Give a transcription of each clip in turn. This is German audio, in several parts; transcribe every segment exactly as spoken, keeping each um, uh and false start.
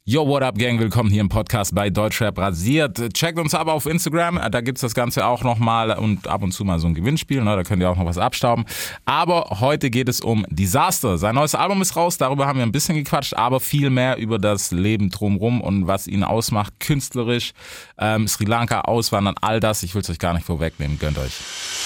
Yo, what up, Gang? Willkommen hier im Podcast bei Deutschrap rasiert. Checkt uns aber auf Instagram, da gibt's das Ganze auch nochmal und ab und zu mal so ein Gewinnspiel, ne? Da könnt ihr auch noch was abstauben. Aber heute geht es um Disaster. Sein neues Album ist raus, darüber haben wir ein bisschen gequatscht, aber viel mehr über das Leben drumherum und was ihn ausmacht, künstlerisch, ähm, Sri Lanka, Auswandern, all das. Ich will es euch gar nicht vorwegnehmen, gönnt euch.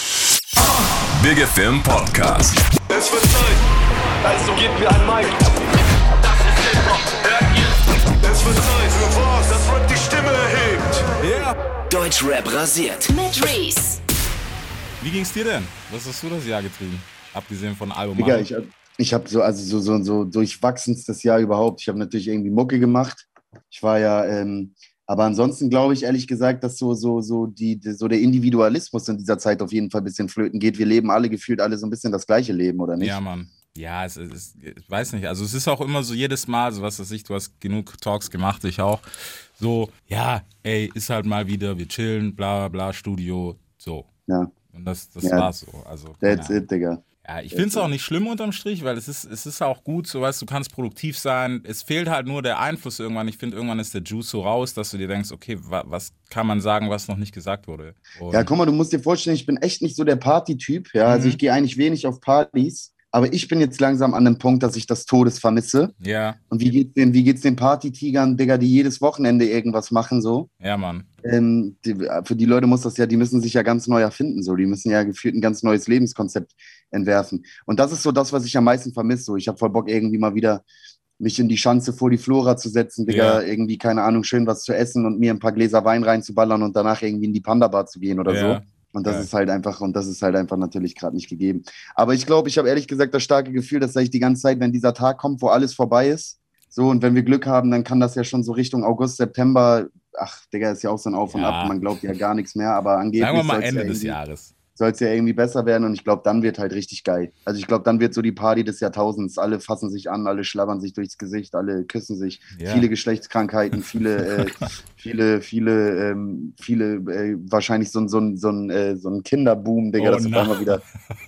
Big F M Podcast. Es wird Zeit, also gebt mir ein Mic. Das ist Hip-Hop, hört ihr? Es wird Zeit für was, das Rap die Stimme erhebt. Yeah. Deutschrap rasiert. Mit Reese. Wie ging's dir denn? Was hast du das Jahr getrieben? Abgesehen von Album. Digga, ich, ich habe so, also so, so, so durchwachsenstes Jahr überhaupt. Ich habe natürlich irgendwie Mucke gemacht. Ich war ja, ähm, aber ansonsten glaube ich ehrlich gesagt, dass so, so, so, die, so der Individualismus in dieser Zeit auf jeden Fall ein bisschen flöten geht. Wir leben alle gefühlt alle so ein bisschen das gleiche Leben, oder nicht? Ja, Mann. Ja, es ist, ich weiß nicht, also es ist auch immer so jedes Mal, so was weiß ich, du hast genug Talks gemacht, ich auch, so, ja, ey, ist halt mal wieder, wir chillen, bla, bla, Studio, so. Ja. Und das, das ja. war's so, also. That's ja. it, Digga. Ja, ich finde es auch nicht schlimm unterm Strich, weil es ist, es ist auch gut, so weißt du, kannst produktiv sein, es fehlt halt nur der Einfluss irgendwann, ich finde, irgendwann ist der Juice so raus, dass du dir denkst, okay, wa- was kann man sagen, was noch nicht gesagt wurde. Und Ja, guck mal, du musst dir vorstellen, ich bin echt nicht so der Party-Typ. Ja, also Mhm. ich gehe eigentlich wenig auf Partys. Aber ich bin jetzt langsam an dem Punkt, dass ich das Todes vermisse. ja, Und wie geht's den, wie geht's den Party-Tigern, Digga, die jedes Wochenende irgendwas machen, so? ja, Mann. Ähm, die, für die Leute muss das ja, die müssen sich ja ganz neu erfinden, so. Die müssen ja gefühlt ein ganz neues Lebenskonzept entwerfen. Und das ist so das, was ich am meisten vermisse, so. Ich habe voll Bock, irgendwie mal wieder mich in die Schanze vor die Flora zu setzen, Digga, Ja. irgendwie, keine Ahnung, schön was zu essen und mir ein paar Gläser Wein reinzuballern und danach irgendwie in die Panda-Bar zu gehen oder Ja. so. Und das Ja. ist halt einfach, und das ist halt einfach natürlich gerade nicht gegeben. Aber ich glaube, ich habe ehrlich gesagt das starke Gefühl, dass ich die ganze Zeit, wenn dieser Tag kommt, wo alles vorbei ist, so, und wenn wir Glück haben, dann kann das ja schon so Richtung August, September, ach, Digga, ist ja auch so ein Auf und Ja. Ab, man glaubt ja gar nichts mehr, aber angeblich Sagen wir mal soll's Ende ja des irgendwie- Jahres. soll es ja irgendwie besser werden und ich glaube, dann wird halt richtig geil. Also ich glaube, dann wird so die Party des Jahrtausends. Alle fassen sich an, alle schlabbern sich durchs Gesicht, alle küssen sich. Ja. Viele Geschlechtskrankheiten, viele, äh, viele, viele, ähm, viele, äh, wahrscheinlich so ein, so ein, so ein, äh, so ein Kinderboom, Digga, Oh dass auf nein. einmal wieder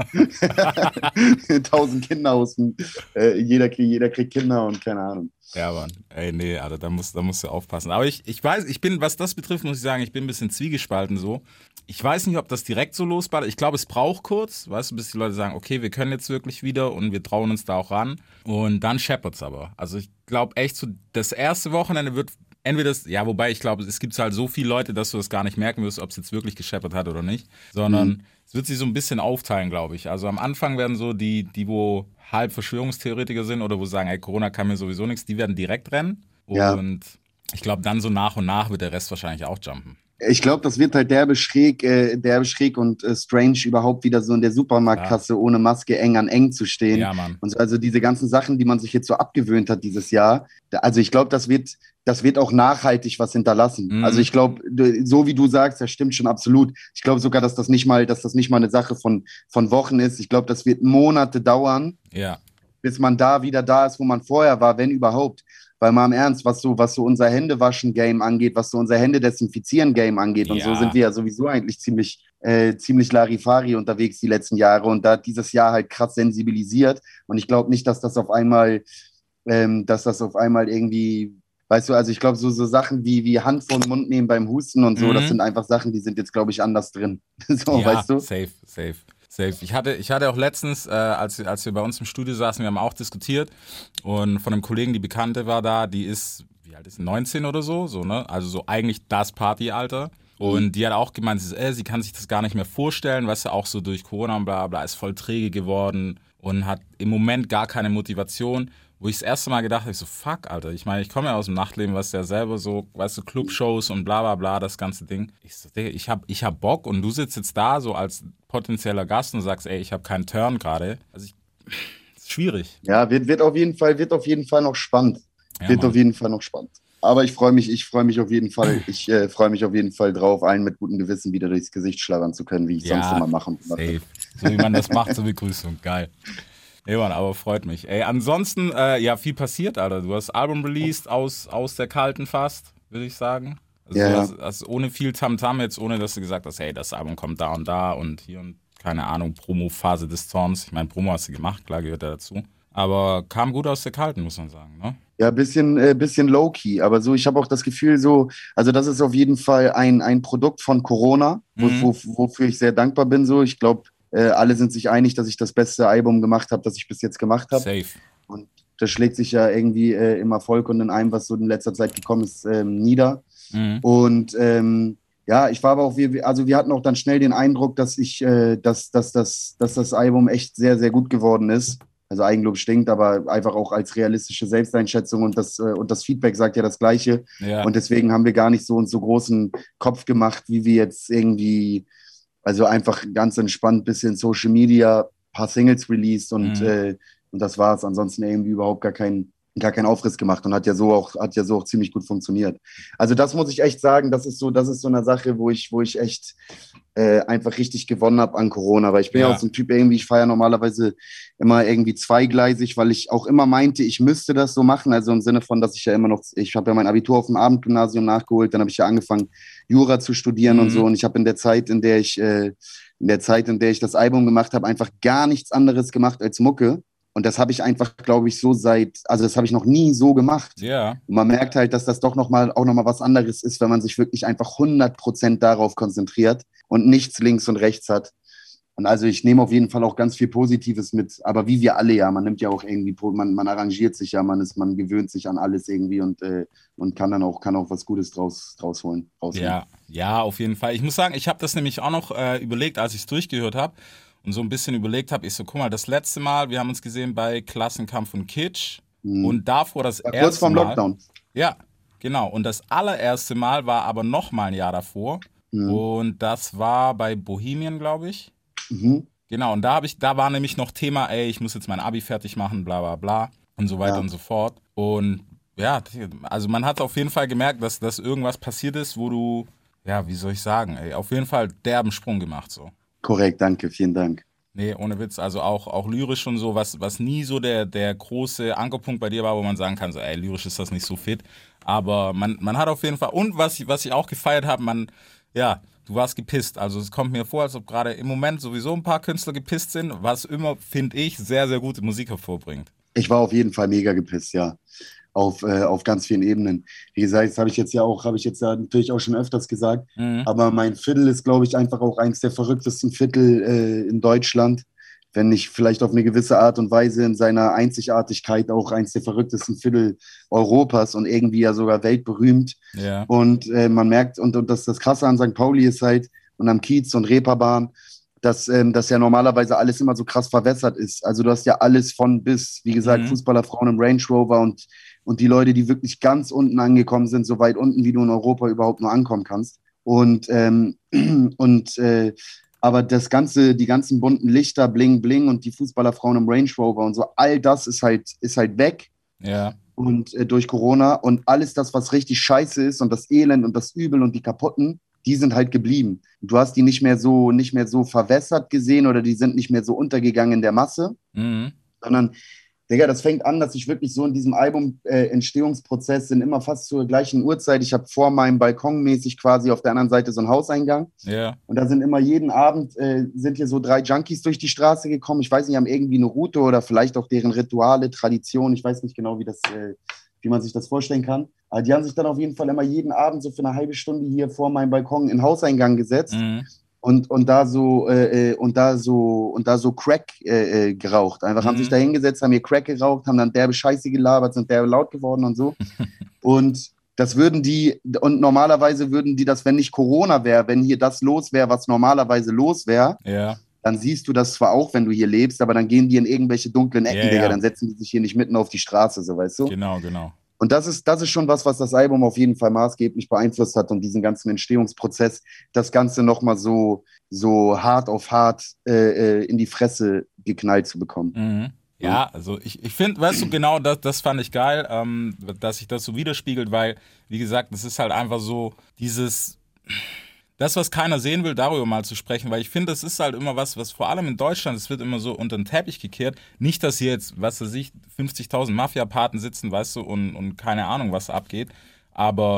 tausend Kinder aus dem, äh, jeder, krieg- jeder kriegt Kinder und keine Ahnung. Ja, Mann. Ey, nee, Alter, da musst, da musst du aufpassen. Aber ich, ich weiß, ich bin, was das betrifft, muss ich sagen, ich bin ein bisschen zwiegespalten so. Ich weiß nicht, ob das direkt so losballert. Ich glaube, es braucht kurz, weißt du, bis die Leute sagen, okay, wir können jetzt wirklich wieder und wir trauen uns da auch ran. Und dann scheppert's aber. Also ich glaube echt so, das erste Wochenende wird entweder, das, ja, wobei ich glaube, es gibt halt so viele Leute, dass du das gar nicht merken wirst, ob es jetzt wirklich gescheppert hat oder nicht. Sondern Mhm. es wird sich so ein bisschen aufteilen, glaube ich. Also am Anfang werden so die, die wo halb Verschwörungstheoretiker sind oder wo sagen, ey, Corona kann mir sowieso nichts, die werden direkt rennen. Ja. Und ich glaube, dann so nach und nach wird der Rest wahrscheinlich auch jumpen. Ich glaube, das wird halt derbe schräg, äh, derbe schräg und äh, strange überhaupt wieder so in der Supermarktkasse ohne Maske eng an eng zu stehen. Ja, Mann. Und so, also diese ganzen Sachen, die man sich jetzt so abgewöhnt hat dieses Jahr, da, also ich glaube, das wird, das wird auch nachhaltig was hinterlassen. Mhm. Also ich glaube, so wie du sagst, das stimmt schon absolut. Ich glaube sogar, dass das nicht mal, dass das nicht mal eine Sache von, von Wochen ist. Ich glaube, das wird Monate dauern, Ja. bis man da wieder da ist, wo man vorher war, wenn überhaupt. Weil mal im Ernst, was so, was so unser Händewaschen-Game angeht, was so unser Hände-Desinfizieren-Game angeht und Ja. so sind wir ja sowieso eigentlich ziemlich, äh, ziemlich Larifari unterwegs die letzten Jahre und da hat dieses Jahr halt krass sensibilisiert und ich glaube nicht, dass das auf einmal, ähm, dass das auf einmal irgendwie, weißt du, also ich glaube so, so Sachen wie, wie Hand vor den Mund nehmen beim Husten und so, Mhm. das sind einfach Sachen, die sind jetzt, glaube ich, anders drin. So, ja, weißt du? safe, safe. Safe. Ich hatte, ich hatte auch letztens, äh, als, als wir bei uns im Studio saßen, wir haben auch diskutiert und von einem Kollegen, die Bekannte war da, die ist, wie alt ist sie, neunzehn oder so, so, ne? Also so eigentlich das Partyalter. Und die hat auch gemeint, sie, so, äh, sie kann sich das gar nicht mehr vorstellen, weißt du, auch so durch Corona und bla bla, ist voll träge geworden und hat im Moment gar keine Motivation. Wo ich das erste Mal gedacht habe, ich so, fuck, Alter, ich meine, ich komme ja aus dem Nachtleben, weißt du ja selber so, weißt du, Clubshows und bla bla bla, das ganze Ding. Ich so, Digga, ich hab, ich hab Bock und du sitzt jetzt da so als potenzieller Gast und sagst, ey, ich habe keinen Turn gerade. Also ich, ist schwierig. Ja, wird, wird auf jeden Fall, wird auf jeden Fall noch spannend. Ja, wird Mann. auf jeden Fall noch spannend. Aber ich freue mich, ich freue mich auf jeden Fall, ich äh, freue mich auf jeden Fall drauf, allen mit gutem Gewissen wieder durchs Gesicht schlabbern zu können, wie ich sonst immer mache. Safe. So wie man das macht zur Begrüßung. Geil. Ey, Mann, aber freut mich. Ey, ansonsten, äh, ja, viel passiert, Alter. Du hast Album released aus, aus der Kalten fast, würde ich sagen. Also Ja, du ja. hast, hast ohne viel Tamtam jetzt, ohne dass du gesagt hast, hey, das Album kommt da und da und hier und keine Ahnung, Promo-Phase des Zorns. Ich meine, Promo hast du gemacht, klar, gehört ja dazu. Aber kam gut aus der Kalten, muss man sagen, ne? Ja, bisschen, äh, bisschen low-key, aber so, ich habe auch das Gefühl, so, also das ist auf jeden Fall ein, ein Produkt von Corona, wo, Mhm. wo, wofür ich sehr dankbar bin. So, ich glaube, äh, alle sind sich einig, dass ich das beste Album gemacht habe, das ich bis jetzt gemacht habe. Safe. Und das schlägt sich ja irgendwie äh, im Erfolg und in allem, was so in letzter Zeit gekommen ist, ähm, nieder. Mhm. Und ähm, ja, ich war aber auch, wir, also wir hatten auch dann schnell den Eindruck, dass ich, äh, dass, dass, dass, dass das Album echt sehr, sehr gut geworden ist. Also Eigenlob stinkt, aber einfach auch als realistische Selbsteinschätzung und das, äh, und das Feedback sagt ja das Gleiche. Ja. Und deswegen haben wir gar nicht so uns so großen Kopf gemacht, wie wir jetzt irgendwie, also einfach ganz entspannt bisschen Social Media, paar Singles released und, Mhm. äh, und das war's. Ansonsten irgendwie überhaupt gar kein, gar keinen Aufriss gemacht und hat ja so auch, hat ja so auch ziemlich gut funktioniert. Also das muss ich echt sagen, das ist so, das ist so eine Sache, wo ich, wo ich echt äh, einfach richtig gewonnen habe an Corona, weil ich bin ja, Ja. auch so ein Typ irgendwie, ich feiere normalerweise immer irgendwie zweigleisig, weil ich auch immer meinte, ich müsste das so machen, also im Sinne von, dass ich ja immer noch, ich habe ja mein Abitur auf dem Abendgymnasium nachgeholt, dann habe ich ja angefangen, Jura zu studieren Mhm. und so und ich habe in der Zeit, in der ich, äh, in der Zeit, in der ich das Album gemacht habe, einfach gar nichts anderes gemacht als Mucke. Und das habe ich einfach, glaube ich, so seit, also das habe ich noch nie so gemacht. Ja. Und man merkt halt, dass das doch noch mal, auch nochmal was anderes ist, wenn man sich wirklich einfach hundert Prozent darauf konzentriert und nichts links und rechts hat. Und also ich nehme auf jeden Fall auch ganz viel Positives mit, aber wie wir alle ja, man nimmt ja auch irgendwie, man, man arrangiert sich ja, man ist, man gewöhnt sich an alles irgendwie und, äh, und kann dann auch, kann auch was Gutes draus, draus holen. Rausholen. Ja, ja, auf jeden Fall. Ich muss sagen, ich habe das nämlich auch noch äh, überlegt, als ich es durchgehört habe und so ein bisschen überlegt habe. Ich so, guck mal, das letzte Mal, wir haben uns gesehen bei Klassenkampf und Kitsch Mhm. und davor das War erste kurz vorm Mal. Lockdown. Ja, genau. Und das allererste Mal war aber noch mal ein Jahr davor Mhm. und das war bei Bohemian, glaube ich. Mhm. Genau, und da habe ich, da war nämlich noch Thema, ey, ich muss jetzt mein Abi fertig machen, bla bla bla und so weiter Ja. und so fort. Und ja, also man hat auf jeden Fall gemerkt, dass, dass irgendwas passiert ist, wo du, ja, wie soll ich sagen, ey, auf jeden Fall derben Sprung gemacht so. Korrekt, danke, vielen Dank. Nee, ohne Witz, also auch, auch lyrisch und so, was, was nie so der, der große Ankerpunkt bei dir war, wo man sagen kann, so, ey, lyrisch ist das nicht so fit. Aber man, man hat auf jeden Fall, und was, ich- was ich auch gefeiert habe, man, ja, du warst gepisst. Also es kommt mir vor, als ob gerade im Moment sowieso ein paar Künstler gepisst sind, was immer, finde ich, sehr, sehr gute Musik hervorbringt. Ich war auf jeden Fall mega gepisst, ja. Auf, äh, auf ganz vielen Ebenen. Wie gesagt, das habe ich jetzt ja auch, habe ich jetzt ja natürlich auch schon öfters gesagt. Mhm. Aber mein Viertel ist, glaube ich, einfach auch eines der verrücktesten Viertel äh, in Deutschland. Wenn nicht vielleicht auf eine gewisse Art und Weise in seiner Einzigartigkeit auch eines der verrücktesten Viertel Europas und irgendwie ja sogar weltberühmt. Ja. Und äh, man merkt, und, und das, das Krasse an Sankt Pauli ist halt, und am Kiez und Reeperbahn, dass ähm, das ja normalerweise alles immer so krass verwässert ist. Also du hast ja alles von bis, wie gesagt, Mhm. Fußballerfrauen im Range Rover und, und die Leute, die wirklich ganz unten angekommen sind, so weit unten, wie du in Europa überhaupt nur ankommen kannst. Und, ähm, und äh, aber das ganze, die ganzen bunten Lichter, Bling Bling und die Fußballerfrauen im Range Rover und so, all das ist halt, ist halt weg. Ja. Und äh, durch Corona und alles das, was richtig scheiße ist und das Elend und das Übel und die Kaputten, die sind halt geblieben. Du hast die nicht mehr so, nicht mehr so verwässert gesehen oder die sind nicht mehr so untergegangen in der Masse, Mhm. sondern, Digga, das fängt an, dass ich wirklich so in diesem Album-Entstehungsprozess sind immer fast zur gleichen Uhrzeit. Ich habe vor meinem Balkon mäßig quasi auf der anderen Seite so einen Hauseingang. Ja. Und da sind immer jeden Abend, äh, sind hier so drei Junkies durch die Straße gekommen. Ich weiß nicht, haben irgendwie eine Route oder vielleicht auch deren Rituale, Tradition. Ich weiß nicht genau, wie, das, äh, wie man sich das vorstellen kann. Aber die haben sich dann auf jeden Fall immer jeden Abend so für eine halbe Stunde hier vor meinem Balkon in den Hauseingang gesetzt. Mhm. Und, und da so äh, äh, und da so und da so Crack äh, äh, geraucht. Einfach haben Mhm. sich da hingesetzt, haben hier Crack geraucht, haben dann derbe Scheiße gelabert, sind derbe laut geworden und so. Und das würden die, und normalerweise würden die das, wenn nicht Corona wäre, wenn hier das los wäre, was normalerweise los wäre, Ja. dann siehst du das zwar auch, wenn du hier lebst, aber dann gehen die in irgendwelche dunklen Ecken, Ja, Digga, ja. dann setzen die sich hier nicht mitten auf die Straße, so weißt du. Genau, genau. Und das ist, das ist schon was, was das Album auf jeden Fall maßgeblich beeinflusst hat und diesen ganzen Entstehungsprozess, das Ganze nochmal so, so hart auf hart äh, äh, in die Fresse geknallt zu bekommen. Mhm. Ja, also ich, ich finde, weißt du, genau das, das fand ich geil, ähm, dass sich das so widerspiegelt, weil, wie gesagt, das ist halt einfach so dieses, das, was keiner sehen will, darüber mal zu sprechen, weil ich finde, das ist halt immer was, was vor allem in Deutschland, es wird immer so unter den Teppich gekehrt. Nicht, dass hier jetzt, was weiß ich, fünfzigtausend Mafia-Paten sitzen, weißt du, und, und keine Ahnung, was abgeht, aber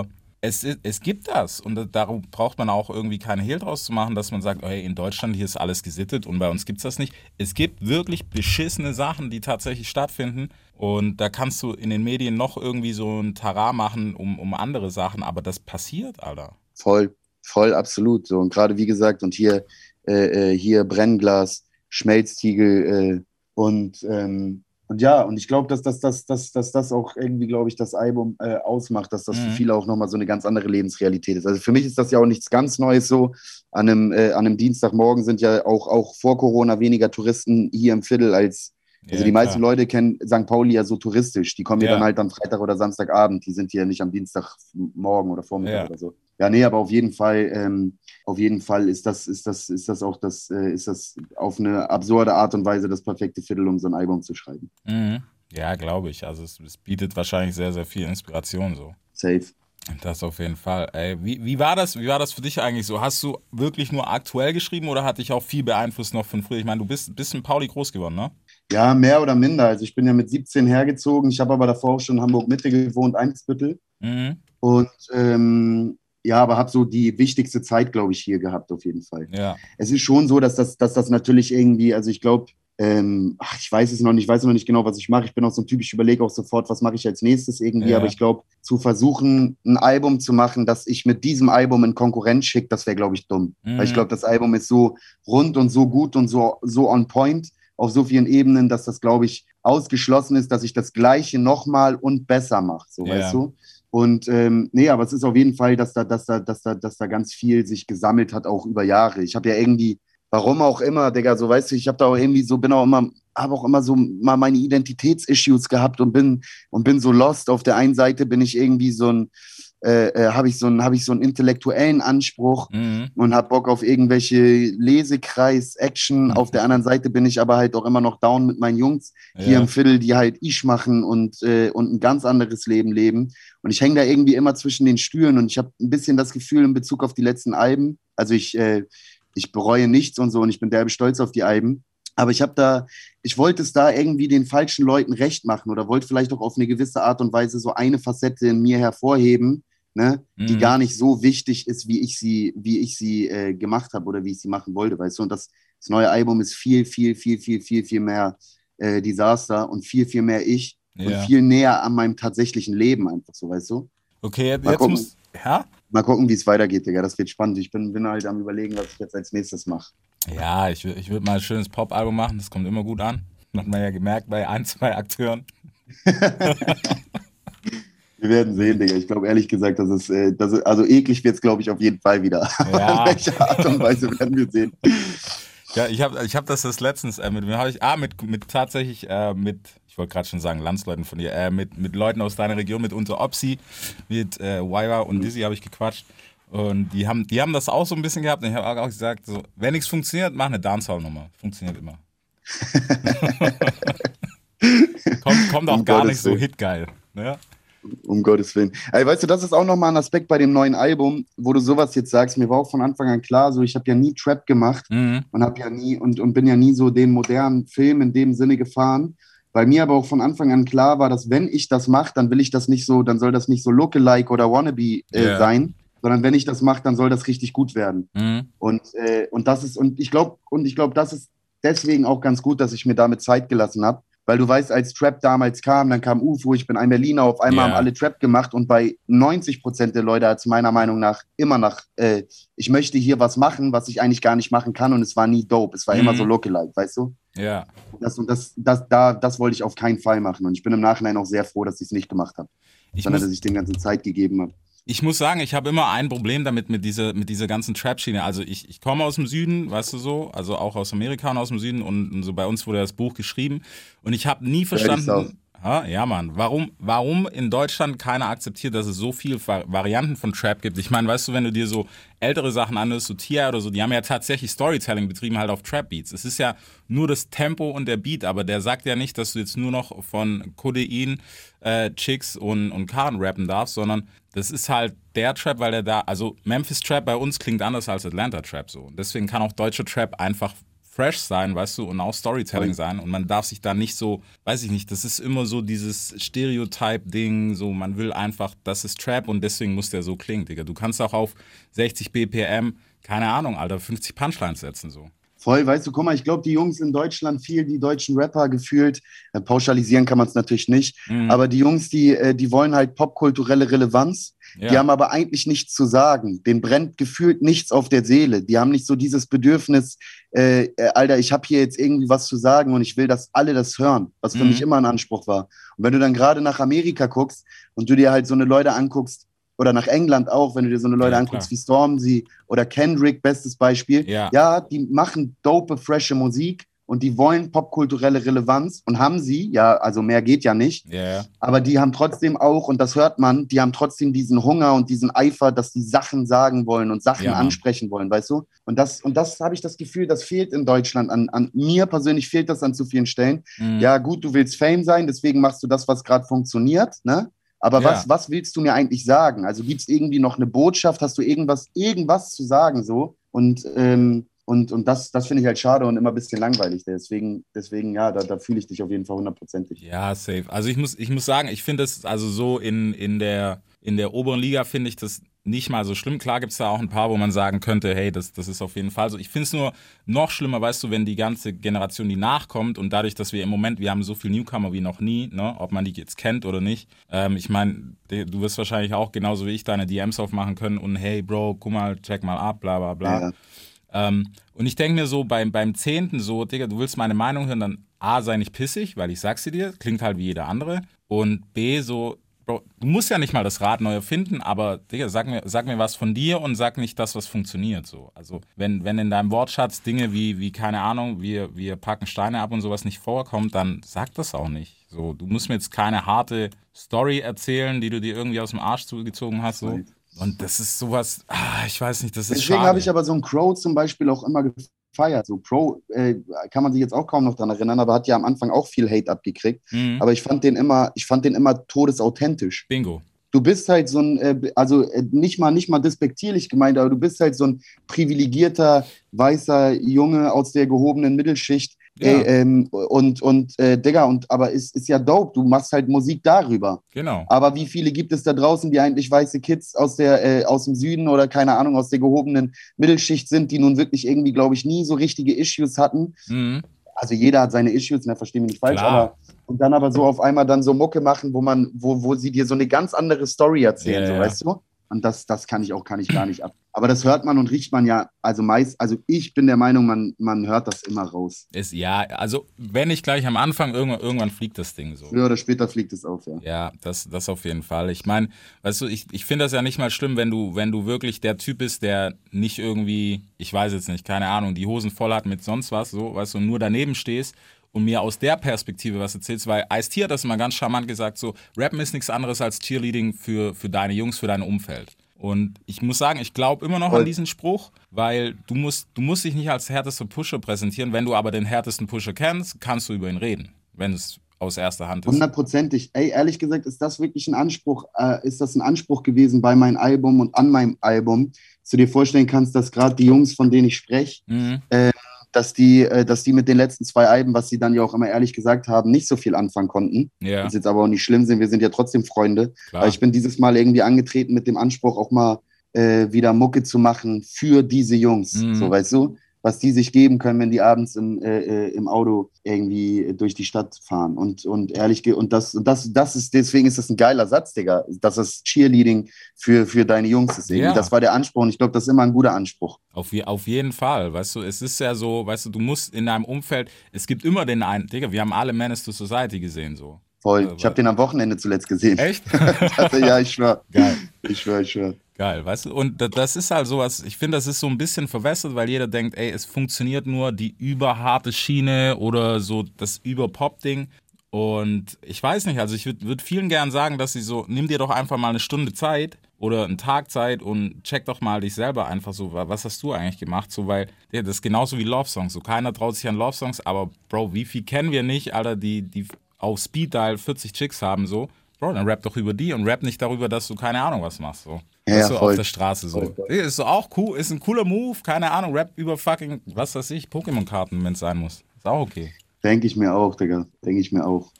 Es, ist- es gibt das und darum braucht man auch irgendwie keine Hehl draus zu machen, dass man sagt, oh, hey, in Deutschland hier ist alles gesittet und bei uns gibt's das nicht. Es gibt wirklich beschissene Sachen, die tatsächlich stattfinden und da kannst du in den Medien noch irgendwie so ein Tara machen um, um andere Sachen, aber das passiert, Alter. Voll, voll, absolut. So, und gerade wie gesagt, und hier, äh, äh, hier Brennglas, Schmelztiegel äh, und, ähm, und ja, und ich glaube, dass, dass, dass, dass, dass das auch irgendwie, glaube ich, das Album äh, ausmacht, dass das für Mhm. viele auch nochmal so eine ganz andere Lebensrealität ist. Also für mich ist das ja auch nichts ganz Neues so. An einem, äh, an einem Dienstagmorgen sind ja auch, auch vor Corona weniger Touristen hier im Viertel als, also Ja, die meisten klar. Leute kennen Sankt Pauli ja so touristisch. Die kommen ja Ja. dann halt am Freitag oder Samstagabend. Die sind hier nicht am Dienstagmorgen oder Vormittag Ja. oder so. Ja, nee, aber auf jeden Fall, ähm, auf jeden Fall ist das, ist das, ist das auch das, äh, ist das auf eine absurde Art und Weise das perfekte Viertel, um so ein Album zu schreiben. Mhm. Ja, glaube ich. Also es, es bietet wahrscheinlich sehr, sehr viel Inspiration so. Safe. Das auf jeden Fall. Ey, wie, wie, war das, wie war das für dich eigentlich so? Hast du wirklich nur aktuell geschrieben oder hat dich auch viel beeinflusst noch von früher? Ich meine, du bist, bist in Pauli groß geworden, ne? Ja, mehr oder minder. Also ich bin ja mit siebzehn hergezogen. Ich habe aber davor auch schon in Hamburg-Mitte gewohnt, Eimsbüttel. Mhm. Und ähm, ja, aber habe so die wichtigste Zeit, glaube ich, hier gehabt, auf jeden Fall. Ja. Es ist schon so, dass das, dass das natürlich irgendwie, also ich glaube, ähm, ach, ich weiß es noch nicht, ich weiß noch nicht genau, was ich mache. Ich bin auch so ein Typ, ich überlege auch sofort, was mache ich als nächstes irgendwie. Ja. Aber ich glaube, zu versuchen, ein Album zu machen, das ich mit diesem Album in Konkurrenz schicke, das wäre, glaube ich, dumm. Mhm. Weil ich glaube, das Album ist so rund und so gut und so, so on point auf so vielen Ebenen, dass das, glaube ich, ausgeschlossen ist, dass ich das Gleiche nochmal und besser mache. So, Ja. weißt du? Und ähm, nee, aber es ist auf jeden Fall, dass da, dass da, dass da, dass da ganz viel sich gesammelt hat, auch über Jahre. Ich habe ja irgendwie, warum auch immer, Digga, so weißt du, ich habe da auch irgendwie so, bin auch immer, habe auch immer so mal meine Identitätsissues gehabt und bin und bin so lost. Auf der einen Seite bin ich irgendwie so ein, äh, äh, habe ich so einen, habe ich so einen intellektuellen Anspruch Mhm. und habe Bock auf irgendwelche Lesekreis-Action. Auf der anderen Seite bin ich aber halt auch immer noch down mit meinen Jungs hier Ja. im Viertel, die halt ich machen und, äh, und ein ganz anderes Leben leben. Und ich hänge da irgendwie immer zwischen den Stühlen und ich habe ein bisschen das Gefühl in Bezug auf die letzten Alben, also ich, äh, ich bereue nichts und so und ich bin derbe stolz auf die Alben. Aber ich habe da, ich wollte es da irgendwie den falschen Leuten recht machen oder wollte vielleicht auch auf eine gewisse Art und Weise so eine Facette in mir hervorheben, ne, die Mhm. gar nicht so wichtig ist, wie ich sie, wie ich sie äh, gemacht habe oder wie ich sie machen wollte, weißt du? Und das, das neue Album ist viel, viel, viel, viel, viel, viel mehr äh, Disaster und viel, viel mehr ich und Ja. viel näher an meinem tatsächlichen Leben einfach so, weißt du? Okay, jetzt, Mal jetzt gucken. muss. Ja? Mal gucken, wie es weitergeht, Digga. Das wird spannend. Ich bin, bin halt am Überlegen, was ich jetzt als nächstes mache. Ja, ich, wür- ich würde mal ein schönes Pop-Album machen, das kommt immer gut an. Hat man ja gemerkt bei ein, zwei Akteuren. Wir werden sehen, Digga. Ich glaube ehrlich gesagt, dass es, äh, dass es also eklig wird es, glaube ich, auf jeden Fall wieder. Ja. In welcher Art und Weise werden wir sehen. Ja, ich habe ich hab das das letztens, äh, mit wem habe ich, ah, mit, mit tatsächlich, äh, mit, ich wollte gerade schon sagen, Landsleuten von dir, äh, mit, mit Leuten aus deiner Region, mit unter Opsi, mit äh, Wyra und Dizzy habe ich gequatscht. Und die haben, die haben das auch so ein bisschen gehabt. Und ich habe auch gesagt, so, wenn nichts funktioniert, mach eine Dancehall-Nummer. Funktioniert immer. kommt, kommt auch Um gar Gottes nicht so Willen. hitgeil. Ne? Um Gottes Willen. Ey, weißt du, das ist auch nochmal ein Aspekt bei dem neuen Album, wo du sowas jetzt sagst. Mir war auch von Anfang an klar, so ich habe ja nie Trap gemacht Mhm. und habe ja nie und, und bin ja nie so den modernen Film in dem Sinne gefahren. Weil mir aber auch von Anfang an klar war, dass wenn ich das mache, dann will ich das nicht so, dann soll das nicht so Lookalike oder Wannabe äh, Ja. sein, sondern wenn ich das mache, dann soll das richtig gut werden. Mhm. Und, äh, und das ist, und ich glaube, und ich glaube, das ist deswegen auch ganz gut, dass ich mir damit Zeit gelassen habe. Weil du weißt, als Trap damals kam, dann kam U F O, ich bin ein Berliner, auf einmal Ja. haben alle Trap gemacht und bei neunzig Prozent der Leute hat es meiner Meinung nach immer nach, äh, ich möchte hier was machen, was ich eigentlich gar nicht machen kann und es war nie dope, es war Mhm. immer so lookalike, weißt du? Ja. Das, und das, das, da, das wollte ich auf keinen Fall machen und ich bin im Nachhinein auch sehr froh, dass ich es nicht gemacht habe, Ich sondern muss, dass ich dem ganzen Zeit gegeben habe. Ich muss sagen, ich habe immer ein Problem damit, mit dieser, mit dieser ganzen Trap-Schiene. Also ich, ich komme aus dem Süden, weißt du so, also auch aus Amerika und aus dem Süden und, und so bei uns wurde das Buch geschrieben und ich habe nie verstanden, ha, ja Mann, warum, warum in Deutschland keiner akzeptiert, dass es so viele Varianten von Trap gibt. Ich meine, weißt du, wenn du dir so ältere Sachen anhörst, so T I oder so, die haben ja tatsächlich Storytelling betrieben halt auf Trap-Beats. Es ist ja nur das Tempo und der Beat, aber der sagt ja nicht, dass du jetzt nur noch von Codein, äh, Chicks und, und Karren rappen darfst, sondern das ist halt der Trap, weil der da, also Memphis Trap bei uns klingt anders als Atlanta Trap so. Und deswegen kann auch deutscher Trap einfach fresh sein, weißt du, und auch Storytelling sein und man darf sich da nicht so, weiß ich nicht, das ist immer so dieses Stereotype-Ding, so man will einfach, das ist Trap und deswegen muss der so klingen, Digga. Du kannst auch auf sechzig B P M, keine Ahnung, Alter, fünfzig Punchlines setzen, so. Voll, weißt du, guck mal, ich glaube, die Jungs in Deutschland, viel die deutschen Rapper gefühlt, äh, pauschalisieren kann man es natürlich nicht, Mhm. aber die Jungs, die, äh, die wollen halt popkulturelle Relevanz, Ja. die haben aber eigentlich nichts zu sagen. Denen brennt gefühlt nichts auf der Seele. Die haben nicht so dieses Bedürfnis, äh, äh, Alter, ich habe hier jetzt irgendwie was zu sagen und ich will, dass alle das hören, was für Mhm. mich immer ein Anspruch war. Und wenn du dann gerade nach Amerika guckst und du dir halt so eine Leute anguckst, oder nach England auch, wenn du dir so eine Leute Ja, anguckst klar. wie Stormzy oder Kendrick, bestes Beispiel. Ja. ja, die machen dope, frische Musik und die wollen popkulturelle Relevanz und haben sie, ja, also mehr geht ja nicht, Ja, ja. aber die haben trotzdem auch, und das hört man, die haben trotzdem diesen Hunger und diesen Eifer, dass die Sachen sagen wollen und Sachen Ja, Mann. ansprechen wollen, weißt du? Und das, und das habe ich das Gefühl, das fehlt in Deutschland. An, an mir persönlich fehlt das an zu vielen Stellen. Mhm. Ja, gut, du willst Fame sein, deswegen machst du das, was gerade funktioniert, ne? Aber Ja. was, was willst du mir eigentlich sagen? Also gibt es irgendwie noch eine Botschaft? Hast du irgendwas, irgendwas zu sagen so? Und, ähm, und, und das, das finde ich halt schade und immer ein bisschen langweilig. Deswegen, deswegen ja, da, da fühle ich dich auf jeden Fall hundertprozentig. Ja, safe. Also ich muss, ich muss sagen, ich finde es also so in, in, der, in der oberen Liga finde ich das nicht mal so schlimm. Klar gibt es da auch ein paar, wo man sagen könnte, hey, das, das ist auf jeden Fall so. Ich finde es nur noch schlimmer, weißt du, wenn die ganze Generation, die nachkommt und dadurch, dass wir im Moment, wir haben so viel Newcomer wie noch nie, ne, ob man die jetzt kennt oder nicht. Ähm, ich meine, du wirst wahrscheinlich auch genauso wie ich deine D Ms aufmachen können und hey, Bro, guck mal, check mal ab, bla bla bla. Ja. Ähm, und ich denke mir so, beim, beim Zehnten so, Digga, du willst meine Meinung hören, dann A, sei nicht pissig, weil ich sag's dir dir, klingt halt wie jeder andere. Und B, so, Bro, du musst ja nicht mal das Rad neu erfinden, aber Digga, sag mir, sag mir was von dir und sag nicht das, was funktioniert. So. Also wenn, wenn in deinem Wortschatz Dinge wie, wie keine Ahnung, wir, wir packen Steine ab und sowas nicht vorkommt, dann sag das auch nicht. So, du musst mir jetzt keine harte Story erzählen, die du dir irgendwie aus dem Arsch zugezogen hast. So. Und das ist sowas, ah, ich weiß nicht, das ist Deswegen schade. habe ich aber so einen Crow zum Beispiel auch immer gefeiert. So Crow äh, kann man sich jetzt auch kaum noch dran erinnern, aber hat ja am Anfang auch viel Hate abgekriegt. Mhm. Aber ich fand den immer, ich fand den immer todesauthentisch. Bingo. Du bist halt so ein, äh, also äh, nicht mal, nicht mal despektierlich gemeint, aber du bist halt so ein privilegierter, weißer Junge aus der gehobenen Mittelschicht. Ja. Ey, ähm, und, und äh, Digga, und, aber ist, ist ja dope, du machst halt Musik darüber. Genau. Aber wie viele gibt es da draußen, die eigentlich weiße Kids aus, der, äh, aus dem Süden oder keine Ahnung, aus der gehobenen Mittelschicht sind, die nun wirklich irgendwie, glaube ich, nie so richtige Issues hatten? Mhm. Also jeder hat seine Issues, ne, versteh mich nicht falsch, Klar. aber und dann aber so auf einmal dann so Mucke machen, wo man, wo, wo sie dir so eine ganz andere Story erzählen, Ja, so, ja. weißt du? Und das, das kann ich auch, kann ich gar nicht ab. Aber das hört man und riecht man ja, also meist, also ich bin der Meinung, man, man hört das immer raus. Ist, ja, also wenn nicht gleich am Anfang, irgendwann, irgendwann fliegt das Ding so. Früher oder später fliegt es auf, ja. Ja, das, das auf jeden Fall. Ich meine, weißt du, ich, ich finde das ja nicht mal schlimm, wenn du, wenn du wirklich der Typ bist, der nicht irgendwie, ich weiß jetzt nicht, keine Ahnung, die Hosen voll hat mit sonst was, so, weißt du, nur daneben stehst und mir aus der Perspektive was erzählst, weil Ice-T hat das immer ganz charmant gesagt, so, Rappen ist nichts anderes als Cheerleading für, für deine Jungs, für dein Umfeld. Und ich muss sagen, ich glaube immer noch Voll. an diesen Spruch, weil du musst, du musst dich nicht als härtester Pusher präsentieren, wenn du aber den härtesten Pusher kennst, kannst du über ihn reden, wenn es aus erster Hand ist. Hundertprozentig. Ey, ehrlich gesagt, ist das wirklich ein Anspruch, äh, ist das ein Anspruch gewesen bei meinem Album und an meinem Album, dass du dir vorstellen kannst, dass gerade die Jungs, von denen ich spreche, Mhm. dass die, äh, dass die mit den letzten zwei Alben, was sie dann ja auch immer ehrlich gesagt haben, nicht so viel anfangen konnten. Ja, Das jetzt aber auch nicht schlimm sind, wir sind ja trotzdem Freunde. klar. Aber ich bin dieses Mal irgendwie angetreten mit dem Anspruch, auch mal äh, wieder Mucke zu machen für diese Jungs. Mhm. So, weißt du? Was die sich geben können, wenn die abends im, äh, äh, im Auto irgendwie durch die Stadt fahren. Und, und ehrlich, ge- und das, und das, das ist, deswegen ist das ein geiler Satz, Digga. Das ist Cheerleading für, für deine Jungs. Ist irgendwie. Ja. Das war der Anspruch und ich glaube, das ist immer ein guter Anspruch. Auf, je- auf jeden Fall, weißt du, es ist ja so, weißt du, du musst in deinem Umfeld, es gibt immer den einen, Digga, wir haben alle Menace to Society gesehen, so. Voll. Also, Ich habe den am Wochenende zuletzt gesehen. Echt? Also, ja, ich schwör. Geil. Ich schwör, ich schwör. Geil, weißt du, und da- das ist halt sowas, ich finde, das ist so ein bisschen verwässert, weil jeder denkt, ey, es funktioniert nur die überharte Schiene oder so das Über-Pop-Ding. Und ich weiß nicht, also ich würde würd vielen gern sagen, dass sie so, nimm dir doch einfach mal eine Stunde Zeit oder einen Tag Zeit und check doch mal dich selber einfach so, wa- was hast du eigentlich gemacht, so, weil ja, das ist genauso wie Love-Songs, so keiner traut sich an Love-Songs, aber Bro, wie viel kennen wir nicht, Alter, die, die auf Speed-Dial vierzig Chicks haben, so, Bro, dann rap doch über die und rap nicht darüber, dass du keine Ahnung was machst. So. Ja, Weißt ja, du, voll. auf der Straße so. Voll, voll. Ist so auch cool, ist ein cooler Move, keine Ahnung, rap über fucking, was weiß ich, Pokémon-Karten, wenn es sein muss. Ist auch okay. Denke ich mir auch, Digga. Denke ich mir auch.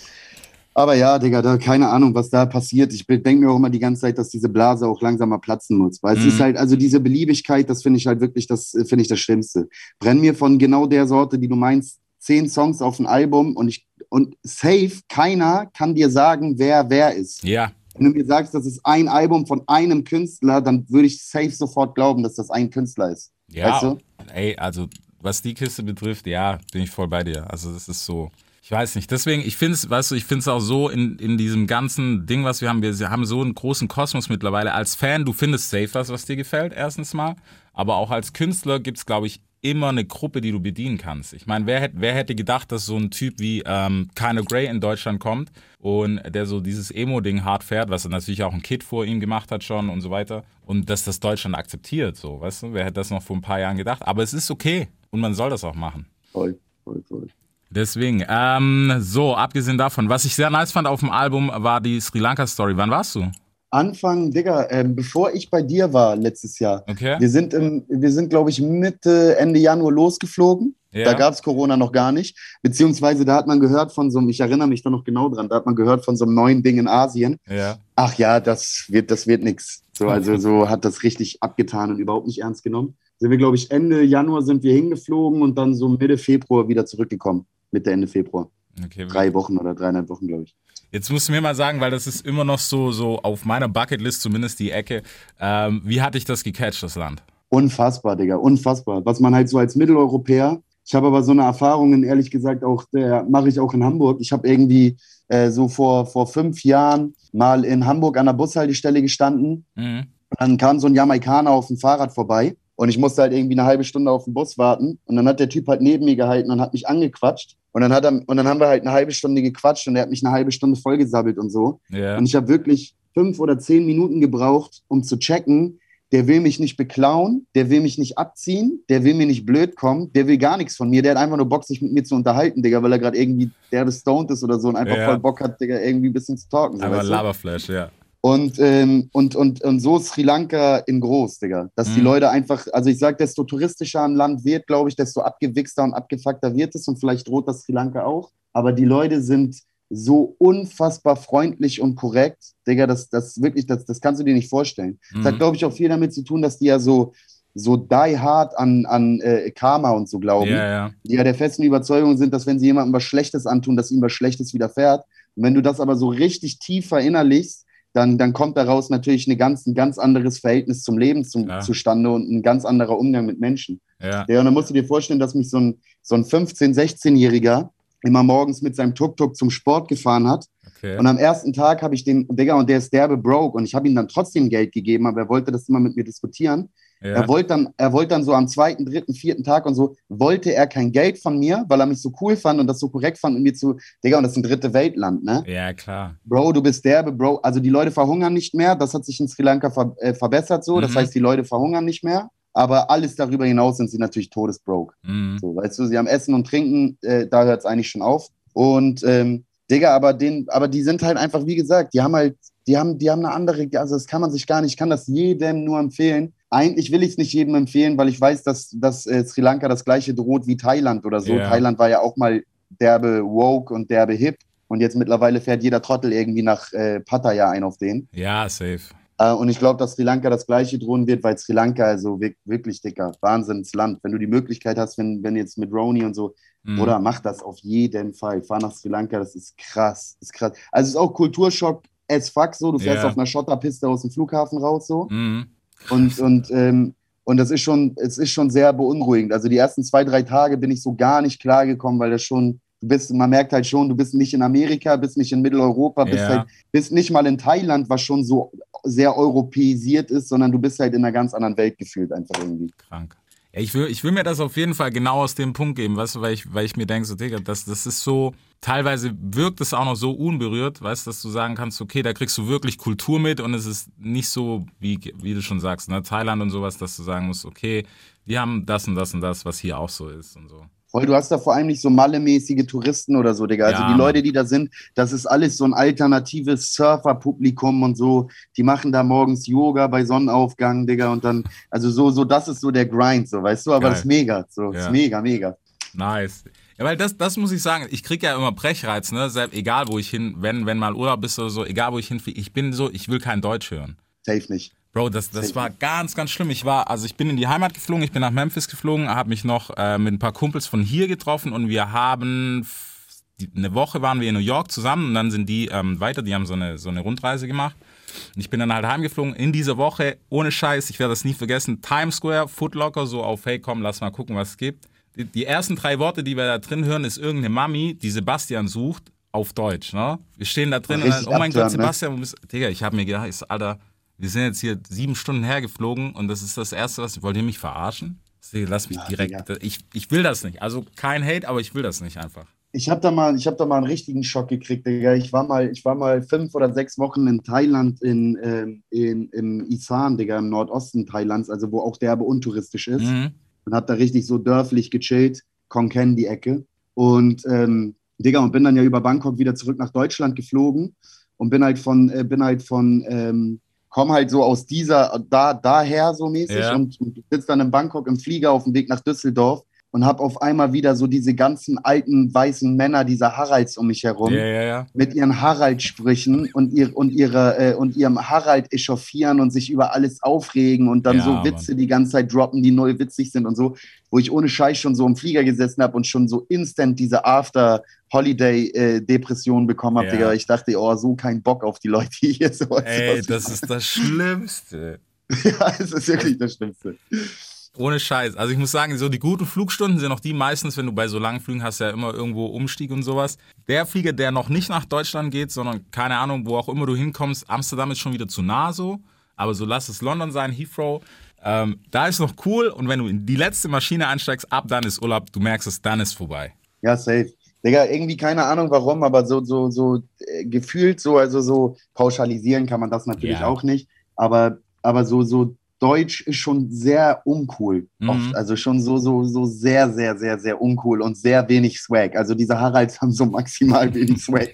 Aber ja, Digga, da keine Ahnung, was da passiert. Ich denke mir auch immer die ganze Zeit, dass diese Blase auch langsam mal platzen muss. Weil es Mhm. ist halt, also diese Beliebigkeit, das finde ich halt wirklich, das äh, finde ich das Schlimmste. Brenn mir von genau der Sorte, die du meinst, zehn Songs auf ein Album und ich und safe, keiner kann dir sagen, wer wer ist. Ja. Wenn du mir sagst, das ist ein Album von einem Künstler, dann würde ich safe sofort glauben, dass das ein Künstler ist. Ja, Weißt du? ey, also was die Kiste betrifft, ja, bin ich voll bei dir. Also das ist so, ich weiß nicht. Deswegen, ich finde es, weißt du, ich finde es auch so in, in diesem ganzen Ding, was wir haben, wir haben so einen großen Kosmos mittlerweile. Als Fan, du findest safe was, was dir gefällt, erstens mal. Aber auch als Künstler gibt es, glaube ich, immer eine Gruppe, die du bedienen kannst. Ich meine, wer, hätt, wer hätte gedacht, dass so ein Typ wie ähm, Kino Grey in Deutschland kommt und der so dieses Emo-Ding hart fährt, was natürlich auch ein Kid vor ihm gemacht hat schon und so weiter und dass das Deutschland akzeptiert, so, weißt du? Wer hätte das noch vor ein paar Jahren gedacht? Aber es ist okay und man soll das auch machen. Voll, voll, voll. Deswegen, ähm, so, abgesehen davon, was ich sehr nice fand auf dem Album, war die Sri Lanka-Story. Wann warst du? Anfang, Digga, ähm, bevor ich bei dir war letztes Jahr. Okay. Wir sind, im, wir sind glaube ich, Mitte, Ende Januar losgeflogen. Ja. Da gab es Corona noch gar nicht. Beziehungsweise da hat man gehört von so einem, ich erinnere mich da noch genau dran, da hat man gehört von so einem neuen Ding in Asien. Ja. Ach ja, das wird, das wird nix. So, also so hat das richtig abgetan und überhaupt nicht ernst genommen. Sind wir, glaube ich, Ende Januar sind wir hingeflogen und dann so Mitte Februar wieder zurückgekommen. Mitte, Ende Februar. Okay. Drei Wochen oder dreieinhalb Wochen, glaube ich. Jetzt musst du mir mal sagen, weil das ist immer noch so, so auf meiner Bucketlist zumindest die Ecke. Ähm, wie hat dich das gecatcht, das Land? Unfassbar, Digga, unfassbar. Was man halt so als Mitteleuropäer, ich habe aber so eine Erfahrung, ehrlich gesagt, auch der mache ich auch in Hamburg. Ich habe irgendwie äh, so vor, vor fünf Jahren mal in Hamburg an der Bushaltestelle gestanden. Mhm. Dann kam so ein Jamaikaner auf dem Fahrrad vorbei und ich musste halt irgendwie eine halbe Stunde auf den Bus warten. Und dann hat der Typ halt neben mir gehalten und hat mich angequatscht. Und dann, hat er, und dann haben wir halt eine halbe Stunde gequatscht und er hat mich eine halbe Stunde vollgesabbelt und so. Ja. Und ich habe wirklich fünf oder zehn Minuten gebraucht, um zu checken, der will mich nicht beklauen, der will mich nicht abziehen, der will mir nicht blöd kommen, der will gar nichts von mir, der hat einfach nur Bock, sich mit mir zu unterhalten, Digga, weil er gerade irgendwie derbe stoned ist oder so und einfach Ja. voll Bock hat, Digga, irgendwie ein bisschen zu talken. So, Aber weißt du? Laberflash, ja. Und, ähm, und, und, und so Sri Lanka in groß, Digga. Dass die Mhm. Leute einfach, also ich sag, desto touristischer ein Land wird, glaube ich, desto abgewichster und abgefuckter wird es und vielleicht droht das Sri Lanka auch. Aber die Leute sind so unfassbar freundlich und korrekt, Digga, das, das wirklich, das, das kannst du dir nicht vorstellen. Das hat, Mhm. glaube ich, auch viel damit zu tun, dass die ja so, so die hard an, an äh, Karma und so glauben. Ja, ja. Die ja der festen Überzeugung sind, dass wenn sie jemandem was Schlechtes antun, dass ihm was Schlechtes widerfährt. Und wenn du das aber so richtig tief verinnerlichst, dann, dann kommt daraus natürlich eine ganz, ein ganz anderes Verhältnis zum Leben zum, Klar. zustande und ein ganz anderer Umgang mit Menschen. Ja. Ja, und dann musst du dir vorstellen, dass mich so ein, so ein fünfzehn-, sechzehnjähriger immer morgens mit seinem Tuk-Tuk zum Sport gefahren hat. Okay. Und am ersten Tag habe ich den, Digga, und der ist derbe broke und ich habe ihm dann trotzdem Geld gegeben, aber er wollte das immer mit mir diskutieren. Ja. Er wollte dann, er wollte dann so am zweiten, dritten, vierten Tag und so, wollte er kein Geld von mir, weil er mich so cool fand und das so korrekt fand und mir zu, Digga, und das ist ein dritte Weltland, ne? Ja, klar. Bro, du bist derbe, Bro. Also die Leute verhungern nicht mehr, das hat sich in Sri Lanka ver äh, verbessert so, das Mhm. heißt, die Leute verhungern nicht mehr, aber alles darüber hinaus sind sie natürlich todesbroke. Mhm. So, weißt du, sie haben Essen und Trinken, äh, da hört es eigentlich schon auf. Und ähm, Digga, aber den, aber die sind halt einfach, wie gesagt, die haben halt, die haben, die haben eine andere, also das kann man sich gar nicht, ich kann das jedem nur empfehlen. Eigentlich will ich es nicht jedem empfehlen, weil ich weiß, dass, dass äh, Sri Lanka das gleiche droht wie Thailand oder so. Ja. Thailand war ja auch mal derbe woke und derbe hip. Und jetzt mittlerweile fährt jeder Trottel irgendwie nach äh, Pattaya ein auf den. Ja, safe. Äh, und ich glaube, dass Sri Lanka das gleiche drohen wird, weil Sri Lanka, also wirk- wirklich, Dicker, Wahnsinnsland. Wenn du die Möglichkeit hast, wenn, wenn jetzt mit Roni und so, Mhm. Bruder, mach das auf jeden Fall. Fahr nach Sri Lanka, das ist krass. Das ist krass. Also es ist auch Kulturschock as fuck so. Du fährst Ja. auf einer Schotterpiste aus dem Flughafen raus so. Mhm. Und, und, ähm, und das ist schon, es ist schon sehr beunruhigend. Also die ersten zwei, drei Tage bin ich so gar nicht klargekommen, weil das schon, du bist, man merkt halt schon, du bist nicht in Amerika, bist nicht in Mitteleuropa, bist Ja. halt, bist nicht mal in Thailand, was schon so sehr europäisiert ist, sondern du bist halt in einer ganz anderen Welt gefühlt einfach irgendwie. Krank. Ja, ich will, ich will mir das auf jeden Fall genau aus dem Punkt geben, weißt du, weil ich, weil ich mir denke, so, Digga, das, das ist so, teilweise wirkt es auch noch so unberührt, weißt du, dass du sagen kannst, okay, da kriegst du wirklich Kultur mit und es ist nicht so, wie, wie du schon sagst, ne, Thailand und sowas, dass du sagen musst, okay, wir haben das und das und das, was hier auch so ist und so. Voll, du hast da vor allem nicht so Malle-mäßige Touristen oder so, Digga. Also Ja, die Leute, Mann. die da sind, das ist alles so ein alternatives Surfer-Publikum und so. Die machen da morgens Yoga bei Sonnenaufgang, Digga. Und dann, also so, so, das ist so der Grind, so, weißt du? Aber Geil. das ist mega, so, das Ja. ist mega, mega. Nice. Ja, weil das, das muss ich sagen, ich krieg ja immer Brechreiz, ne? Selbst, egal wo ich hin, wenn, wenn mal Urlaub ist oder so, egal wo ich hinfliege, ich bin so, ich will kein Deutsch hören. Safe nicht. Bro, das, das war ganz, ganz schlimm. Ich war, also ich bin in die Heimat geflogen, ich bin nach Memphis geflogen, habe mich noch äh, mit ein paar Kumpels von hier getroffen und wir haben, f- die, eine Woche waren wir in New York zusammen und dann sind die ähm, weiter, die haben so eine, so eine Rundreise gemacht. Und ich bin dann halt heimgeflogen. In dieser Woche, ohne Scheiß, ich werde das nie vergessen, Times Square, Foot Locker, so auf, hey komm, lass mal gucken, was es gibt. Die, die ersten drei Worte, die wir da drin hören, ist irgendeine Mami, die Sebastian sucht, auf Deutsch, ne? Wir stehen da drin und dann, Richtig oh mein Gott, abturnen, ne? Sebastian, wo bist du? Digga, ich habe mir gedacht, ich so, Alter, wir sind jetzt hier sieben Stunden hergeflogen und das ist das Erste, was, wollt ihr mich verarschen? Digga, lass mich Ja, direkt, Digga. ich, ich will das nicht. Also kein Hate, aber ich will das nicht einfach. Ich habe da mal, ich habe da mal einen richtigen Schock gekriegt, Digga. Ich war mal, ich war mal fünf oder sechs Wochen in Thailand, in, ähm, in, im Isan, Digga, im Nordosten Thailands, also wo auch derbe untouristisch ist. Mhm. Und hab da richtig so dörflich gechillt, Khon Kaen die Ecke. Und ähm, Digga, und bin dann ja über Bangkok wieder zurück nach Deutschland geflogen und bin halt von, äh, bin halt von, ähm, komm halt so aus dieser, da, daher so mäßig Ja. und, und sitze dann in Bangkok im Flieger auf dem Weg nach Düsseldorf und hab auf einmal wieder so diese ganzen alten weißen Männer, dieser Haralds um mich herum Ja, ja, ja. mit ihren Harald-Sprüchen und, ihr, und, ihre, äh, und ihrem Harald echauffieren und sich über alles aufregen und dann Ja, so Witze die ganze Zeit droppen, die neu witzig sind und so, wo ich ohne Scheiß schon so im Flieger gesessen habe und schon so instant diese After-Holiday-Depression bekommen habe, Ja. Digga. Ich dachte, oh, so kein Bock auf die Leute hier. So, weißt du, Ey, was das ist das Schlimmste. ich- ja, es ist wirklich das Schlimmste. Ohne Scheiß. Also ich muss sagen, so die guten Flugstunden sind auch die meistens, wenn du bei so langen Flügen hast, ja immer irgendwo Umstieg und sowas. Der Flieger, der noch nicht nach Deutschland geht, sondern keine Ahnung, wo auch immer du hinkommst, Amsterdam ist schon wieder zu nah so, aber so lass es London sein, Heathrow, ähm, da ist noch cool und wenn du in die letzte Maschine einsteigst, ab dann ist Urlaub, du merkst es, dann ist vorbei. Ja, safe. Digga, irgendwie keine Ahnung warum, aber so, so, so äh, gefühlt so, also so pauschalisieren kann man das natürlich Ja. auch nicht, aber, aber so, so Deutsch ist schon sehr uncool Mhm. oft, also schon so, so, so sehr, sehr, sehr, sehr uncool und sehr wenig Swag. Also diese Haralds haben so maximal wenig Swag.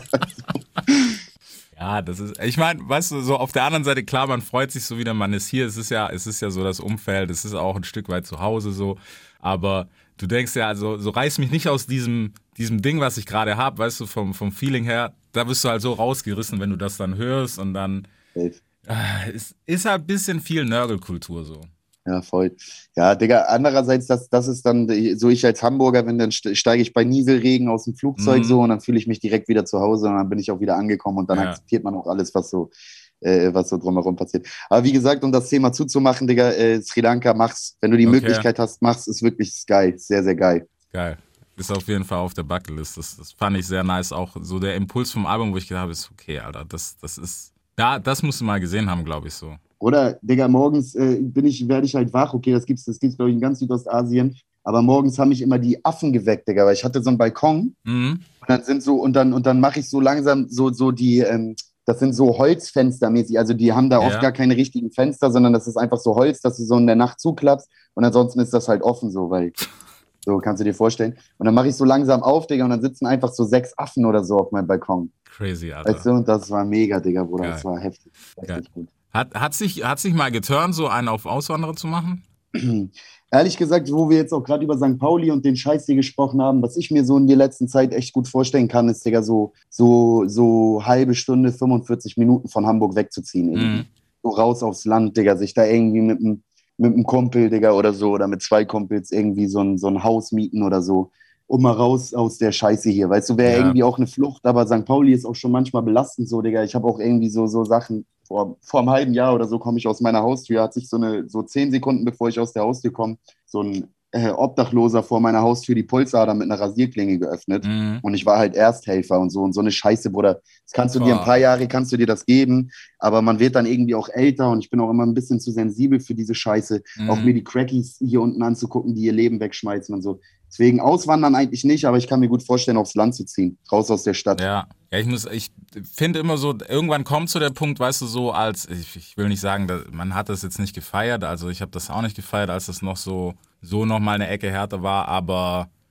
Ja, das ist, ich meine, weißt du, so auf der anderen Seite, klar, man freut sich so wieder, man ist hier, es ist ja, es ist ja so das Umfeld, es ist auch ein Stück weit zu Hause so, aber du denkst ja, also, so reiß mich nicht aus diesem, diesem Ding, was ich gerade habe, weißt du, vom, vom Feeling her, da wirst du halt so rausgerissen, wenn du das dann hörst und dann, Safe. äh, es ist halt ein bisschen viel Nörgelkultur so. Ja, voll. Ja, Digga, andererseits, das, das ist dann, so ich als Hamburger, wenn dann ste- steige ich bei Nieselregen aus dem Flugzeug Mhm. so und dann fühle ich mich direkt wieder zu Hause und dann bin ich auch wieder angekommen und dann Ja. akzeptiert man auch alles, was so, äh, was so drumherum passiert. Aber wie gesagt, um das Thema zuzumachen, Digga, äh, Sri Lanka, mach's. Wenn du die Okay. Möglichkeit hast, mach's, ist wirklich geil. Sehr, sehr geil. Geil. Ist auf jeden Fall auf der Bucketlist. Das, das fand ich sehr nice. Auch so der Impuls vom Album, wo ich gedacht habe, ist okay, Alter, das, das ist, da, das musst du mal gesehen haben, glaube ich so. Oder, Digga, morgens äh, bin ich, werde ich halt wach. Okay, das gibt's, das gibt's, glaube ich, in ganz Südostasien. Aber morgens haben mich immer die Affen geweckt, Digga, weil ich hatte so einen Balkon. Mhm. Und dann sind so, und dann, und dann mache ich so langsam so, so die, ähm, das sind so Holzfenstermäßig, also die haben da Ja. oft gar keine richtigen Fenster, sondern das ist einfach so Holz, dass du so in der Nacht zuklappst und ansonsten ist das halt offen so, weil, so kannst du dir vorstellen. Und dann mache ich so langsam auf, Digga, und dann sitzen einfach so sechs Affen oder so auf meinem Balkon. Crazy, Alter. Weißt du, und das war mega, Digga, Bruder, Geil. das war heftig, heftig Geil. gut. Hat, hat, sich, hat sich mal geturnt, so einen auf Auswanderer zu machen? Ehrlich gesagt, wo wir jetzt auch gerade über Sankt Pauli und den Scheiß hier gesprochen haben, was ich mir so in der letzten Zeit echt gut vorstellen kann, ist, Digga, so, so, so halbe Stunde, fünfundvierzig Minuten von Hamburg wegzuziehen. Irgendwie. Mhm. So raus aufs Land, Digga, sich da irgendwie mit einem mit einem Kumpel, Digga, oder so, oder mit zwei Kumpels irgendwie so ein, so ein Haus mieten oder so, um mal raus aus der Scheiße hier. Weißt du, wäre Ja. irgendwie auch eine Flucht, aber Sankt Pauli ist auch schon manchmal belastend so, Digga. Ich habe auch irgendwie so, so Sachen, vor, vor einem halben Jahr oder so komme ich aus meiner Haustür, hat sich so eine, so zehn Sekunden, bevor ich aus der Haustür komme, so ein äh, Obdachloser vor meiner Haustür die Pulsader mit einer Rasierklinge geöffnet. Mhm. Und ich war halt Ersthelfer und so und so eine Scheiße, Bruder. Das kannst du dir ein Boah. paar Jahre, kannst du dir das geben, aber man wird dann irgendwie auch älter und ich bin auch immer ein bisschen zu sensibel für diese Scheiße, Mhm. auch mir die Crackies hier unten anzugucken, die ihr Leben wegschmeißen und so. Deswegen auswandern eigentlich nicht, aber ich kann mir gut vorstellen, aufs Land zu ziehen, raus aus der Stadt. Ja, ja, ich muss, ich finde immer so, irgendwann kommt so der Punkt, weißt du, so als, ich, ich will nicht sagen, dass, man hat das jetzt nicht gefeiert, also ich habe das auch nicht gefeiert, als das noch so, so noch mal eine Ecke härter war, aber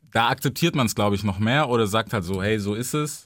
da akzeptiert man es, glaube ich, noch mehr oder sagt halt so, hey, so ist es.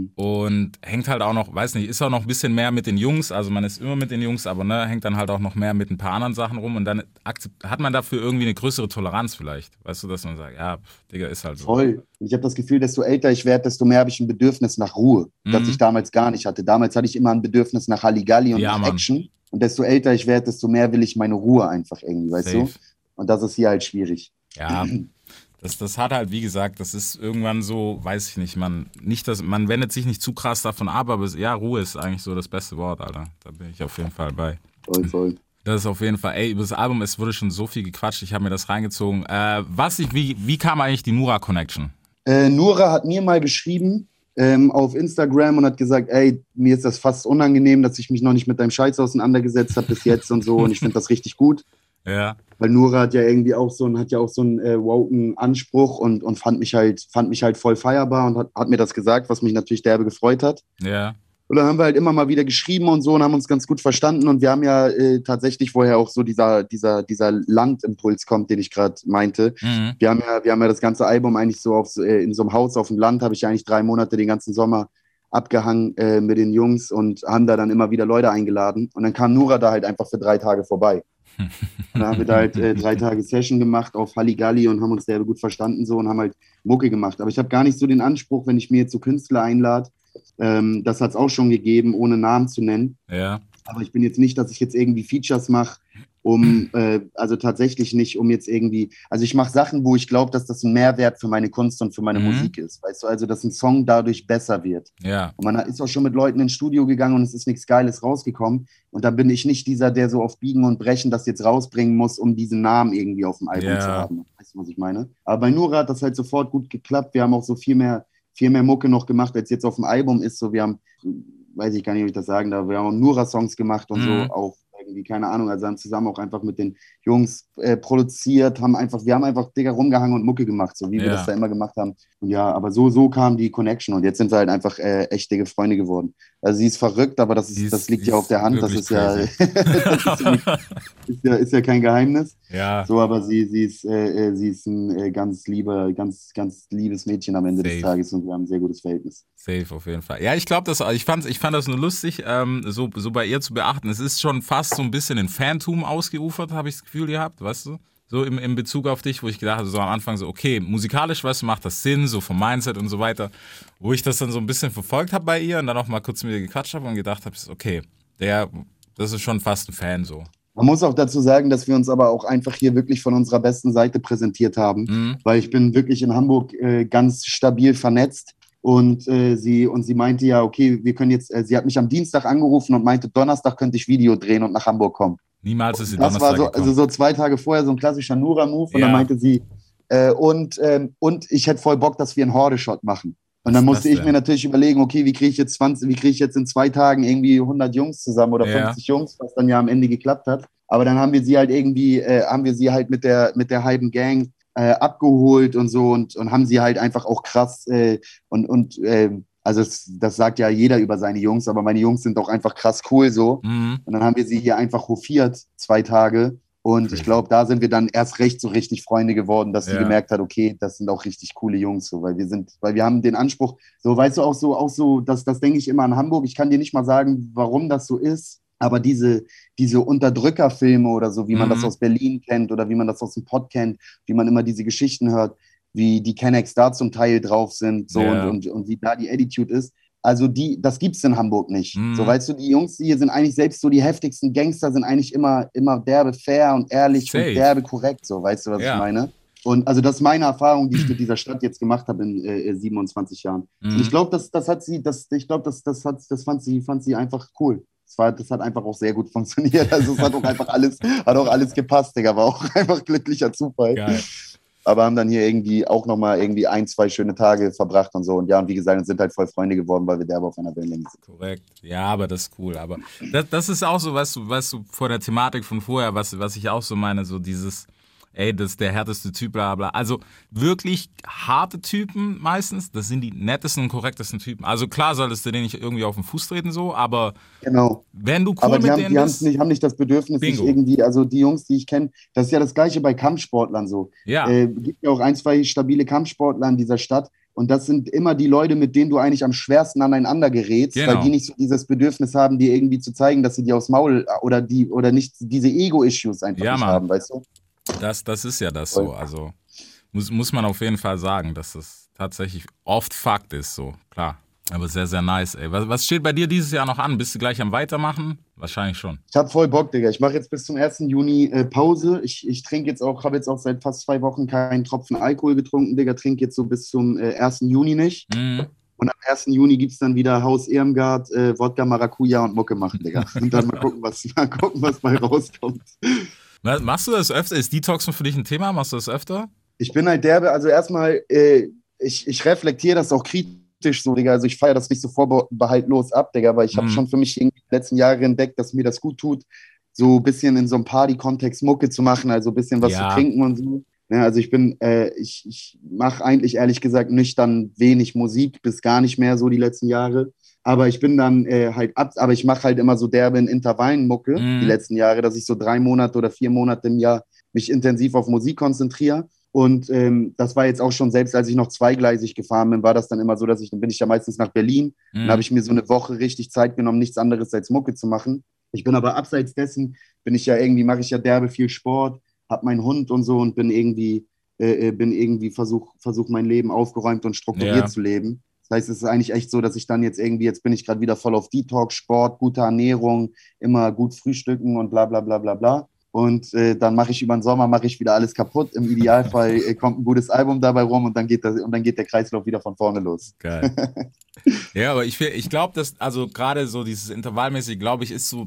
Und hängt halt auch noch, weiß nicht, ist auch noch ein bisschen mehr mit den Jungs, also man ist immer mit den Jungs, aber ne, hängt dann halt auch noch mehr mit ein paar anderen Sachen rum und dann hat man dafür irgendwie eine größere Toleranz vielleicht, weißt du, dass man sagt, ja, pff, Digga, ist halt so. Voll. Und ich habe das Gefühl, desto älter ich werde, desto mehr habe ich ein Bedürfnis nach Ruhe, mhm. das ich damals gar nicht hatte. Damals hatte ich immer ein Bedürfnis nach Halligalli und ja, nach Mann. Action und desto älter ich werde, desto mehr will ich meine Ruhe einfach irgendwie, weißt Safe. Du? Und das ist hier halt schwierig. Ja, Das, das hat halt, wie gesagt, das ist irgendwann so, weiß ich nicht, man nicht das, man wendet sich nicht zu krass davon ab, aber es, ja, Ruhe ist eigentlich so das beste Wort, Alter. Da bin ich auf jeden Fall bei. Voll, voll. Das ist auf jeden Fall, ey, über das Album, es wurde schon so viel gequatscht, ich habe mir das reingezogen. Äh, was ich, wie, wie kam eigentlich die Nura-Connection? Äh, Nura hat mir mal geschrieben ähm, auf Instagram und hat gesagt, ey, mir ist das fast unangenehm, dass ich mich noch nicht mit deinem Scheiß auseinandergesetzt habe bis jetzt und so und ich finde das richtig gut. Ja. Weil Nura hat ja irgendwie auch so einen, hat ja auch so einen äh, woken Anspruch und, und fand mich halt, fand mich halt voll feierbar und hat, hat mir das gesagt, was mich natürlich derbe gefreut hat. Ja. Und dann haben wir halt immer mal wieder geschrieben und so und haben uns ganz gut verstanden und wir haben ja äh, tatsächlich, woher auch so dieser, dieser, dieser Landimpuls kommt, den ich gerade meinte. Mhm. Wir haben ja, wir haben ja das ganze Album eigentlich so auf, äh, in so einem Haus auf dem Land, habe ich ja eigentlich drei Monate den ganzen Sommer abgehangen äh, mit den Jungs und haben da dann immer wieder Leute eingeladen und dann kam Nura da halt einfach für drei Tage vorbei. Und dann haben wir da halt äh, drei Tage Session gemacht auf Halligalli und haben uns sehr gut verstanden so und haben halt Mucke gemacht. Aber ich habe gar nicht so den Anspruch, wenn ich mir jetzt so Künstler einlade, ähm, das hat es auch schon gegeben, ohne Namen zu nennen. Ja. Aber ich bin jetzt nicht, dass ich jetzt irgendwie Features mache, um, äh, also tatsächlich nicht, um jetzt irgendwie, also ich mache Sachen, wo ich glaube, dass das ein Mehrwert für meine Kunst und für meine mhm. Musik ist, weißt du, also dass ein Song dadurch besser wird. Ja. Und man ist auch schon mit Leuten ins Studio gegangen und es ist nichts Geiles rausgekommen und da bin ich nicht dieser, der so auf Biegen und Brechen das jetzt rausbringen muss, um diesen Namen irgendwie auf dem Album ja. zu haben. Weißt du, was ich meine? Aber bei Nura hat das halt sofort gut geklappt, wir haben auch so viel mehr, viel mehr Mucke noch gemacht, als jetzt auf dem Album ist, so wir haben, weiß ich gar nicht, ob ich das sagen darf, wir haben Nura-Songs gemacht und mhm. so, auch irgendwie, keine Ahnung, also haben zusammen auch einfach mit den Jungs äh, produziert, haben einfach, wir haben einfach Digga rumgehangen und Mucke gemacht, so wie ja. wir das da immer gemacht haben. Und ja, aber so, so kam die Connection und jetzt sind wir halt einfach äh, echt dicke Freunde geworden. Also sie ist verrückt, aber das, ist, ist, das liegt ja auf der Hand, das ist ja, das ist, ja nicht, ist, ja, ist ja kein Geheimnis. Ja. So, aber sie, sie, ist, äh, sie ist ein äh, ganz lieber, ganz, ganz liebes Mädchen am Ende Safe. Des Tages und wir haben ein sehr gutes Verhältnis. Safe, auf jeden Fall. Ja, ich glaube, ich fand, ich fand das nur lustig, ähm, so, so bei ihr zu beachten. Es ist schon fast so ein bisschen in Fantum ausgeufert, habe ich das Gefühl gehabt, weißt du? So im, im Bezug auf dich, wo ich gedacht habe, so am Anfang so, okay, musikalisch, weißt du, macht das Sinn, so vom Mindset und so weiter. Wo ich das dann so ein bisschen verfolgt habe bei ihr und dann auch mal kurz mit ihr gequatscht habe und gedacht habe, okay, der, das ist schon fast ein Fan so. Man muss auch dazu sagen, dass wir uns aber auch einfach hier wirklich von unserer besten Seite präsentiert haben, mhm. weil ich bin wirklich in Hamburg äh, ganz stabil vernetzt und, äh, sie, und sie meinte ja, okay, wir können jetzt, äh, sie hat mich am Dienstag angerufen und meinte, Donnerstag könnte ich Video drehen und nach Hamburg kommen. Niemals ist sie das Donnerstag war so, gekommen. also so zwei Tage vorher so ein klassischer Nura-Move und ja. dann meinte sie, äh, und, ähm, und ich hätte voll Bock, dass wir einen Horde-Shot machen. Und dann musste ich mir natürlich überlegen, okay, wie kriege ich jetzt zwanzig, wie kriege ich jetzt in zwei Tagen irgendwie hundert Jungs zusammen oder ja. fünfzig Jungs, was dann ja am Ende geklappt hat. Aber dann haben wir sie halt irgendwie, äh, haben wir sie halt mit der, mit der halben Gang äh, abgeholt und so und, und haben sie halt einfach auch krass äh, und, und äh, also das, das sagt ja jeder über seine Jungs, aber meine Jungs sind auch einfach krass cool so. Mhm. Und dann haben wir sie hier einfach hofiert, zwei Tage. Und Crazy. Ich glaube, da sind wir dann erst recht so richtig Freunde geworden, dass sie ja. gemerkt hat, okay, das sind auch richtig coole Jungs, so, weil wir sind, weil wir haben den Anspruch, so, weißt du, auch so, auch so, das, das denke ich immer an Hamburg. Ich kann dir nicht mal sagen, warum das so ist, aber diese, diese Unterdrückerfilme oder so, wie man mhm. das aus Berlin kennt oder wie man das aus dem Pott kennt, wie man immer diese Geschichten hört, wie die Kennex da zum Teil drauf sind, so, ja. und, und, und wie da die Attitude ist. Also die, das gibt's in Hamburg nicht. Mm. So, weißt du, die Jungs, die hier sind eigentlich selbst so die heftigsten Gangster, sind eigentlich immer, immer derbe fair und ehrlich Safe. und derbe korrekt, so, weißt du, was ja. ich meine? Und also das ist meine Erfahrung, die ich mit dieser Stadt jetzt gemacht habe in äh, siebenundzwanzig Jahren. Mm. Und ich glaube, das, das hat sie, das, ich glaube, das, das hat, das fand sie, fand sie einfach cool. Das, war, das hat einfach auch sehr gut funktioniert. Also es hat auch einfach alles, hat auch alles gepasst, Digga, war auch einfach glücklicher Zufall. Geil. Aber haben dann hier irgendwie auch nochmal irgendwie ein, zwei schöne Tage verbracht und so. Und ja, und wie gesagt, sind halt voll Freunde geworden, weil wir derbe auf einer Wellenlänge sind. Korrekt. Ja, aber das ist cool. Aber das, das ist auch so, weißt du, weißt du, vor der Thematik von vorher, was, was ich auch so meine, so dieses, ey, das ist der härteste Typ, bla bla. Also wirklich harte Typen meistens, das sind die nettesten und korrektesten Typen. Also klar solltest du denen nicht irgendwie auf den Fuß treten so, aber Genau. wenn du cool Aber die, mit haben, denen die bist, nicht, haben nicht das Bedürfnis, sich Bingo. irgendwie, also die Jungs, die ich kenne, das ist ja das Gleiche bei Kampfsportlern so. Ja. Äh, gibt ja auch ein, zwei stabile Kampfsportler in dieser Stadt und das sind immer die Leute, mit denen du eigentlich am schwersten aneinander gerätst, Genau. weil die nicht so dieses Bedürfnis haben, dir irgendwie zu zeigen, dass sie dir aufs Maul oder die oder nicht diese Ego-Issues einfach Ja, nicht Mann. haben, weißt du? das, das ist ja das so. Also muss, muss man auf jeden Fall sagen, dass das tatsächlich oft Fakt ist, so, klar. Aber sehr, sehr nice, ey. Was, was steht bei dir dieses Jahr noch an? Bist du gleich am Weitermachen? Wahrscheinlich schon. Ich habe voll Bock, Digga. Ich mache jetzt bis zum ersten Juni äh, Pause. Ich, ich trinke jetzt auch, habe jetzt auch seit fast zwei Wochen keinen Tropfen Alkohol getrunken, Digga. Trinke jetzt so bis zum äh, ersten Juni nicht. Mhm. Und am ersten Juni gibt es dann wieder Haus Irmgard, äh, Wodka Maracuja und Mucke machen, Digga. Und dann mal gucken, was, mal gucken, was bei rauskommt. Was, machst du das öfter? Ist Detoxen für dich ein Thema? Machst du das öfter? Ich bin halt derbe, also erstmal, äh, ich, ich reflektiere das auch kritisch so, Digga. Also ich feiere das nicht so vorbehaltlos ab, Digga, aber ich habe Mhm. schon für mich in den letzten Jahren entdeckt, dass mir das gut tut, so ein bisschen in so einem Party-Kontext Mucke zu machen, also ein bisschen was Ja. zu trinken und so. Ja, also ich bin, äh, ich, ich mache eigentlich ehrlich gesagt nüchtern wenig Musik, bis gar nicht mehr so die letzten Jahre. Aber ich bin dann äh, halt ab, aber ich mache halt immer so derbe in Intervallen Mucke Mhm. die letzten Jahre, dass ich so drei Monate oder vier Monate im Jahr mich intensiv auf Musik konzentriere. Und ähm, das war jetzt auch schon, selbst als ich noch zweigleisig gefahren bin, war das dann immer so, dass ich, dann bin ich ja meistens nach Berlin. Mhm. Dann habe ich mir so eine Woche richtig Zeit genommen, nichts anderes als Mucke zu machen. Ich bin aber abseits dessen, bin ich ja irgendwie, mache ich ja derbe viel Sport, habe meinen Hund und so und bin irgendwie, äh, bin irgendwie versuch, versuch mein Leben aufgeräumt und strukturiert Ja. zu leben. Das heißt, es ist eigentlich echt so, dass ich dann jetzt irgendwie, jetzt bin ich gerade wieder voll auf Detox, Sport, gute Ernährung, immer gut frühstücken und bla bla bla bla bla. Und äh, dann mache ich über den Sommer mache ich wieder alles kaputt. Im Idealfall äh, kommt ein gutes Album dabei rum und dann geht das, und dann geht der Kreislauf wieder von vorne los. Geil. Ja, aber ich, ich glaube, dass, also gerade so dieses Intervallmäßig, glaube ich, ist so,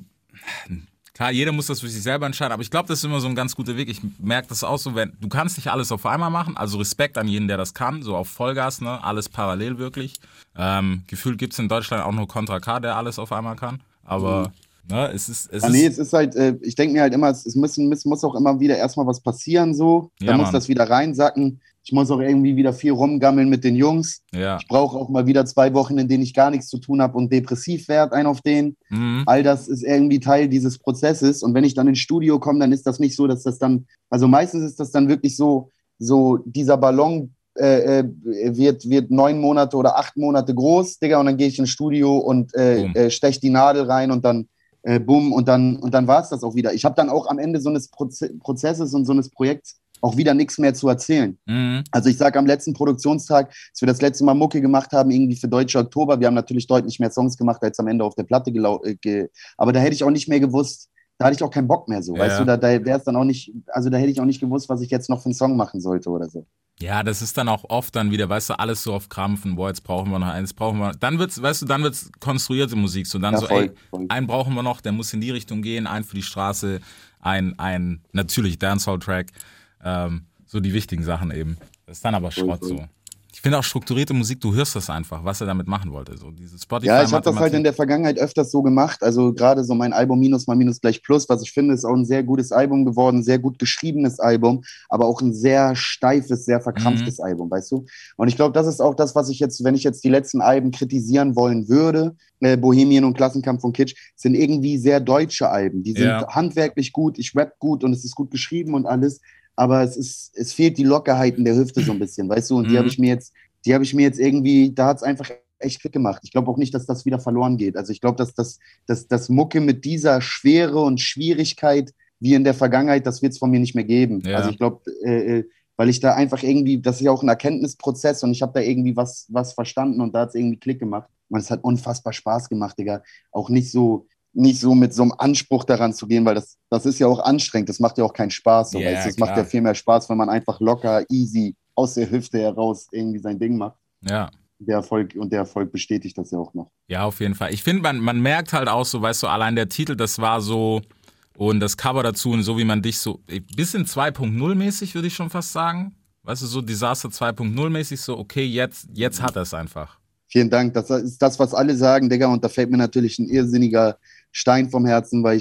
klar, jeder muss das für sich selber entscheiden, aber ich glaube, das ist immer so ein ganz guter Weg. Ich merke das auch so, wenn, du kannst nicht alles auf einmal machen, also Respekt an jeden, der das kann, so auf Vollgas, ne, alles parallel wirklich. Ähm, gefühlt gibt es in Deutschland auch nur Contra K, der alles auf einmal kann, aber ne, es ist, es Ah, nee, ist, es ist halt, äh, ich denke mir halt immer, es, es, müssen, es muss auch immer wieder erstmal was passieren so. Ja, Dann muss Mann. das wieder reinsacken. Ich muss auch irgendwie wieder viel rumgammeln mit den Jungs. ja, Ich brauche auch mal wieder zwei Wochen, in denen ich gar nichts zu tun habe und depressiv werde, ein auf den. mhm. All das ist irgendwie Teil dieses Prozesses. Und wenn ich dann ins Studio komme, dann ist das nicht so, dass das dann, also meistens ist das dann wirklich so, so dieser Ballon äh, äh, wird, wird neun Monate oder acht Monate groß, Digga, und dann gehe ich ins Studio und äh, Boom. äh, stech die Nadel rein und dann äh, bumm, und dann, und dann war es das auch wieder. Ich habe dann auch am Ende so eines Proze Prozesses und so eines Projekts auch wieder nichts mehr zu erzählen. Mhm. Also ich sage am letzten Produktionstag, als wir das letzte Mal Mucke gemacht haben, irgendwie für Deutsche Oktober, wir haben natürlich deutlich mehr Songs gemacht, als am Ende auf der Platte gelau äh, ge aber da hätte ich auch nicht mehr gewusst, da hatte ich auch keinen Bock mehr so, Ja. weißt du, da, da wäre es dann auch nicht, also da hätte ich auch nicht gewusst, was ich jetzt noch für einen Song machen sollte oder so. Ja, das ist dann auch oft dann wieder, weißt du, alles so auf Krampfen, boah, jetzt brauchen wir noch eins, brauchen wir, dann wird's, weißt du, dann wird's konstruierte Musik, so dann Ja, so, voll, ey, voll. einen brauchen wir noch, der muss in die Richtung gehen, einen für die Straße, ein, ein, natürlich Dancehall-Track, ähm, so die wichtigen Sachen eben. Das ist dann aber Schrott voll. so. Ich finde auch strukturierte Musik, du hörst das einfach, was er damit machen wollte, so diese Spotify. Ja, ich habe das halt in der Vergangenheit öfters so gemacht. Also gerade so mein Album Minus mal Minus gleich Plus, was ich finde, ist auch ein sehr gutes Album geworden, sehr gut geschriebenes Album, aber auch ein sehr steifes, sehr verkrampftes Album, weißt du? Und ich glaube, das ist auch das, was ich jetzt, wenn ich jetzt die letzten Alben kritisieren wollen würde, äh, Bohemian und Klassenkampf von Kitsch, sind irgendwie sehr deutsche Alben. Die sind Ja. handwerklich gut, ich rap gut und es ist gut geschrieben und alles, aber es ist, es fehlt die Lockerheit in der Hüfte so ein bisschen, weißt du? Und die Mhm. habe ich mir jetzt, die habe ich mir jetzt irgendwie, da hat es einfach echt Klick gemacht. Ich glaube auch nicht, dass das wieder verloren geht. Also ich glaube, dass das dass, dass Mucke mit dieser Schwere und Schwierigkeit wie in der Vergangenheit, das wird es von mir nicht mehr geben. Ja. Also ich glaube, äh, weil ich da einfach irgendwie, das ist ja auch ein Erkenntnisprozess und ich habe da irgendwie was, was verstanden und da hat es irgendwie Klick gemacht. Und es hat unfassbar Spaß gemacht, Digga. Auch nicht so, nicht so mit so einem Anspruch daran zu gehen, weil das, das ist ja auch anstrengend, das macht ja auch keinen Spaß. So, Ja, weißt du? Es klar. macht ja viel mehr Spaß, wenn man einfach locker, easy aus der Hüfte heraus irgendwie sein Ding macht. Ja. Der Erfolg, und der Erfolg bestätigt das ja auch noch. Ja, auf jeden Fall. Ich finde, man, man merkt halt auch so, weißt du, allein der Titel, das war so, und das Cover dazu und so, wie man dich so, ein bisschen zwei Punkt null mäßig, würde ich schon fast sagen. Weißt du, so Disaster zwei Punkt null mäßig, so, okay, jetzt, jetzt hat er es einfach. Vielen Dank. Das ist das, was alle sagen, Digga. Und da fällt mir natürlich ein irrsinniger Stein vom Herzen, weil ich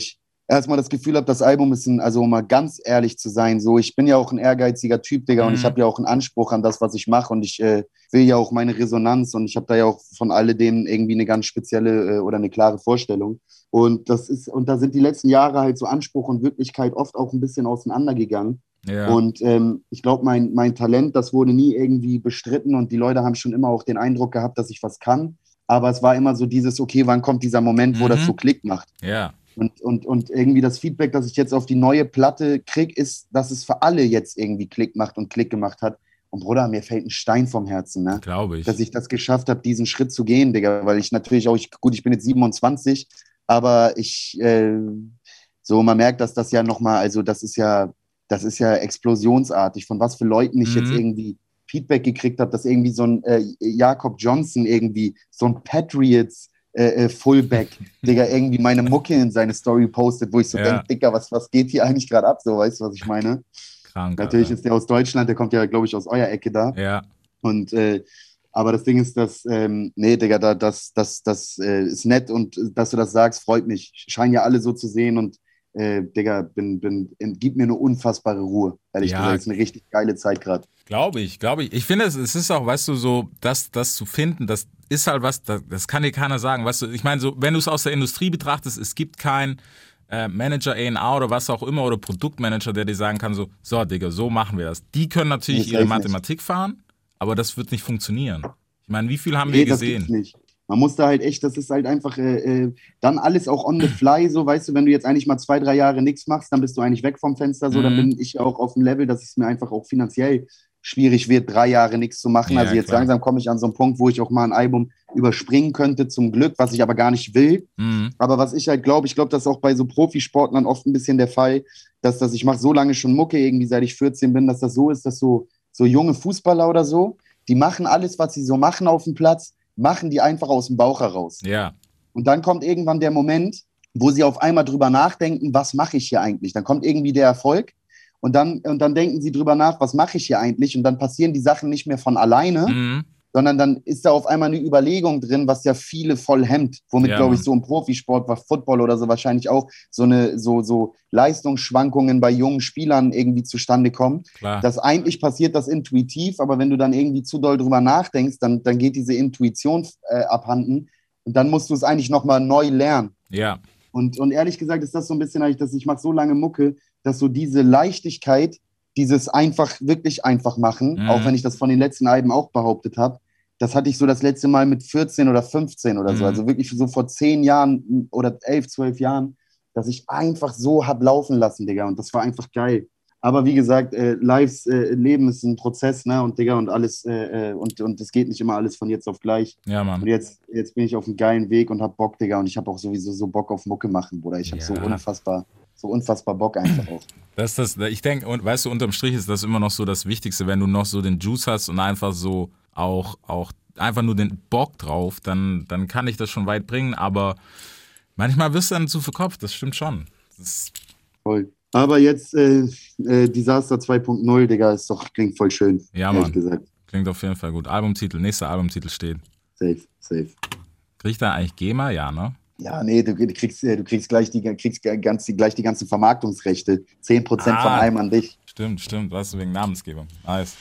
erstmal das Gefühl habe, das Album ist ein, also um mal ganz ehrlich zu sein, so, ich bin ja auch ein ehrgeiziger Typ, Digga, mhm. und ich habe ja auch einen Anspruch an das, was ich mache und ich äh, will ja auch meine Resonanz und ich habe da ja auch von alledem irgendwie eine ganz spezielle äh, oder eine klare Vorstellung. Und das ist, und da sind die letzten Jahre halt so Anspruch und Wirklichkeit oft auch ein bisschen auseinandergegangen. Ja. Und ähm, ich glaube, mein, mein Talent, das wurde nie irgendwie bestritten und die Leute haben schon immer auch den Eindruck gehabt, dass ich was kann. Aber es war immer so dieses, okay, wann kommt dieser Moment, wo mhm. das so Klick macht? Ja. Und, und, und irgendwie das Feedback, das ich jetzt auf die neue Platte kriege, ist, dass es für alle jetzt irgendwie Klick macht und Klick gemacht hat. Und Bruder, mir fällt ein Stein vom Herzen, ne? Glaube ich. Dass ich das geschafft habe, diesen Schritt zu gehen, Digga. Weil ich natürlich auch, ich, gut, ich bin jetzt siebenundzwanzig, aber ich, äh, so, man merkt, dass das ja nochmal, also das ist ja, das ist ja explosionsartig, von was für Leuten ich mhm. jetzt irgendwie Feedback gekriegt habe, dass irgendwie so ein äh, Jakob Johnson irgendwie, so ein Patriots äh, äh, Fullback, Digga, irgendwie meine Mucke in seine Story postet, wo ich so ja. denke, Digga, was, was geht hier eigentlich gerade ab? So, weißt du, was ich meine? Krank, Natürlich Alter. ist der aus Deutschland, der kommt ja, glaube ich, aus eurer Ecke da. Ja. Und, äh, aber das Ding ist, dass, ähm, nee, Digga, da, das, das, das äh, ist nett und äh, dass du das sagst, freut mich. Scheinen ja alle so zu sehen und Äh, Digga, bin, bin, gib mir eine unfassbare Ruhe. Ehrlich ja. gesagt, ist eine richtig geile Zeit gerade. Glaube ich, glaube ich. Ich finde, es, es ist auch, weißt du, so, das, das zu finden, das ist halt was, das, das kann dir keiner sagen. Weißt du, ich meine, so, wenn du es aus der Industrie betrachtest, es gibt keinen äh, Manager A und R oder was auch immer oder Produktmanager, der dir sagen kann, so, so, Digga, so machen wir das. Die können natürlich ihre Mathematik nicht. fahren, aber das wird nicht funktionieren. Ich meine, wie viel haben nee, wir gesehen? Das gibt's nicht. Man muss da halt echt, das ist halt einfach äh, äh, dann alles auch on the fly, so, weißt du, wenn du jetzt eigentlich mal zwei, drei Jahre nichts machst, dann bist du eigentlich weg vom Fenster, so, mhm. dann bin ich auch auf dem Level, dass es mir einfach auch finanziell schwierig wird, drei Jahre nichts zu machen. Ja, also jetzt klar. langsam komme ich an so einen Punkt, wo ich auch mal ein Album überspringen könnte, zum Glück, was ich aber gar nicht will. Mhm. Aber was ich halt glaube, ich glaube, das ist auch bei so Profisportlern oft ein bisschen der Fall, dass das, ich mache so lange schon Mucke, irgendwie seit ich vierzehn bin, dass das so ist, dass so, so junge Fußballer oder so, die machen alles, was sie so machen auf dem Platz, machen die einfach aus dem Bauch heraus. Ja. Und dann kommt irgendwann der Moment, wo sie auf einmal drüber nachdenken, was mache ich hier eigentlich? Dann kommt irgendwie der Erfolg und dann, und dann denken sie drüber nach, was mache ich hier eigentlich? Und dann passieren die Sachen nicht mehr von alleine, mhm. sondern dann ist da auf einmal eine Überlegung drin, was ja viele voll hemmt, womit, ja, glaube ich, so im Profisport, war Football oder so wahrscheinlich auch so eine so, so Leistungsschwankungen bei jungen Spielern irgendwie zustande kommen. Klar. Das eigentlich passiert das intuitiv, aber wenn du dann irgendwie zu doll drüber nachdenkst, dann, dann geht diese Intuition äh, abhanden und dann musst du es eigentlich nochmal neu lernen. Ja. Und, und ehrlich gesagt ist das so ein bisschen, dass ich mache so lange Mucke, dass so diese Leichtigkeit, dieses einfach, wirklich einfach machen, mhm. auch wenn ich das von den letzten Alben auch behauptet habe, das hatte ich so das letzte Mal mit vierzehn oder fünfzehn oder so, mhm. also wirklich so vor zehn Jahren oder elf, zwölf Jahren, dass ich einfach so hab laufen lassen, Digga, und das war einfach geil. Aber wie gesagt, äh, Lives äh, Leben ist ein Prozess, ne, und Digga, und alles, äh, und und es geht nicht immer alles von jetzt auf gleich. Ja, Mann. Und jetzt, jetzt bin ich auf einem geilen Weg und hab Bock, Digga, und ich hab auch sowieso so Bock auf Mucke machen, Bruder. Ich hab ja. so unfassbar, so unfassbar Bock einfach auch. Das ist das, ich denke, und weißt du, unterm Strich ist das immer noch so das Wichtigste, wenn du noch so den Juice hast und einfach so auch, auch einfach nur den Bock drauf, dann, dann kann ich das schon weit bringen, aber manchmal wirst du dann zu verkopft, das stimmt schon. Das voll. Aber jetzt äh, äh, Disaster zwei Punkt null, Digga, ist doch, klingt voll schön. Ja, Mann. Gesagt. Klingt auf jeden Fall gut. Albumtitel, nächster Albumtitel steht. Safe, safe. Kriegt da eigentlich GEMA? Ja, ne? Ja, nee, du, du, kriegst, du kriegst, gleich, die, kriegst ganz, gleich die ganzen Vermarktungsrechte. zehn Prozent ah, von allem an dich. Stimmt, stimmt. Weißt du, wegen Namensgebung. Nice.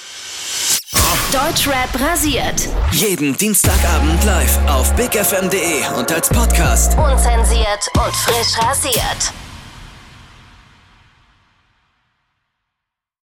Deutschrap rasiert. Jeden Dienstagabend live auf big f m punkt d e und als Podcast. Unzensiert und frisch rasiert.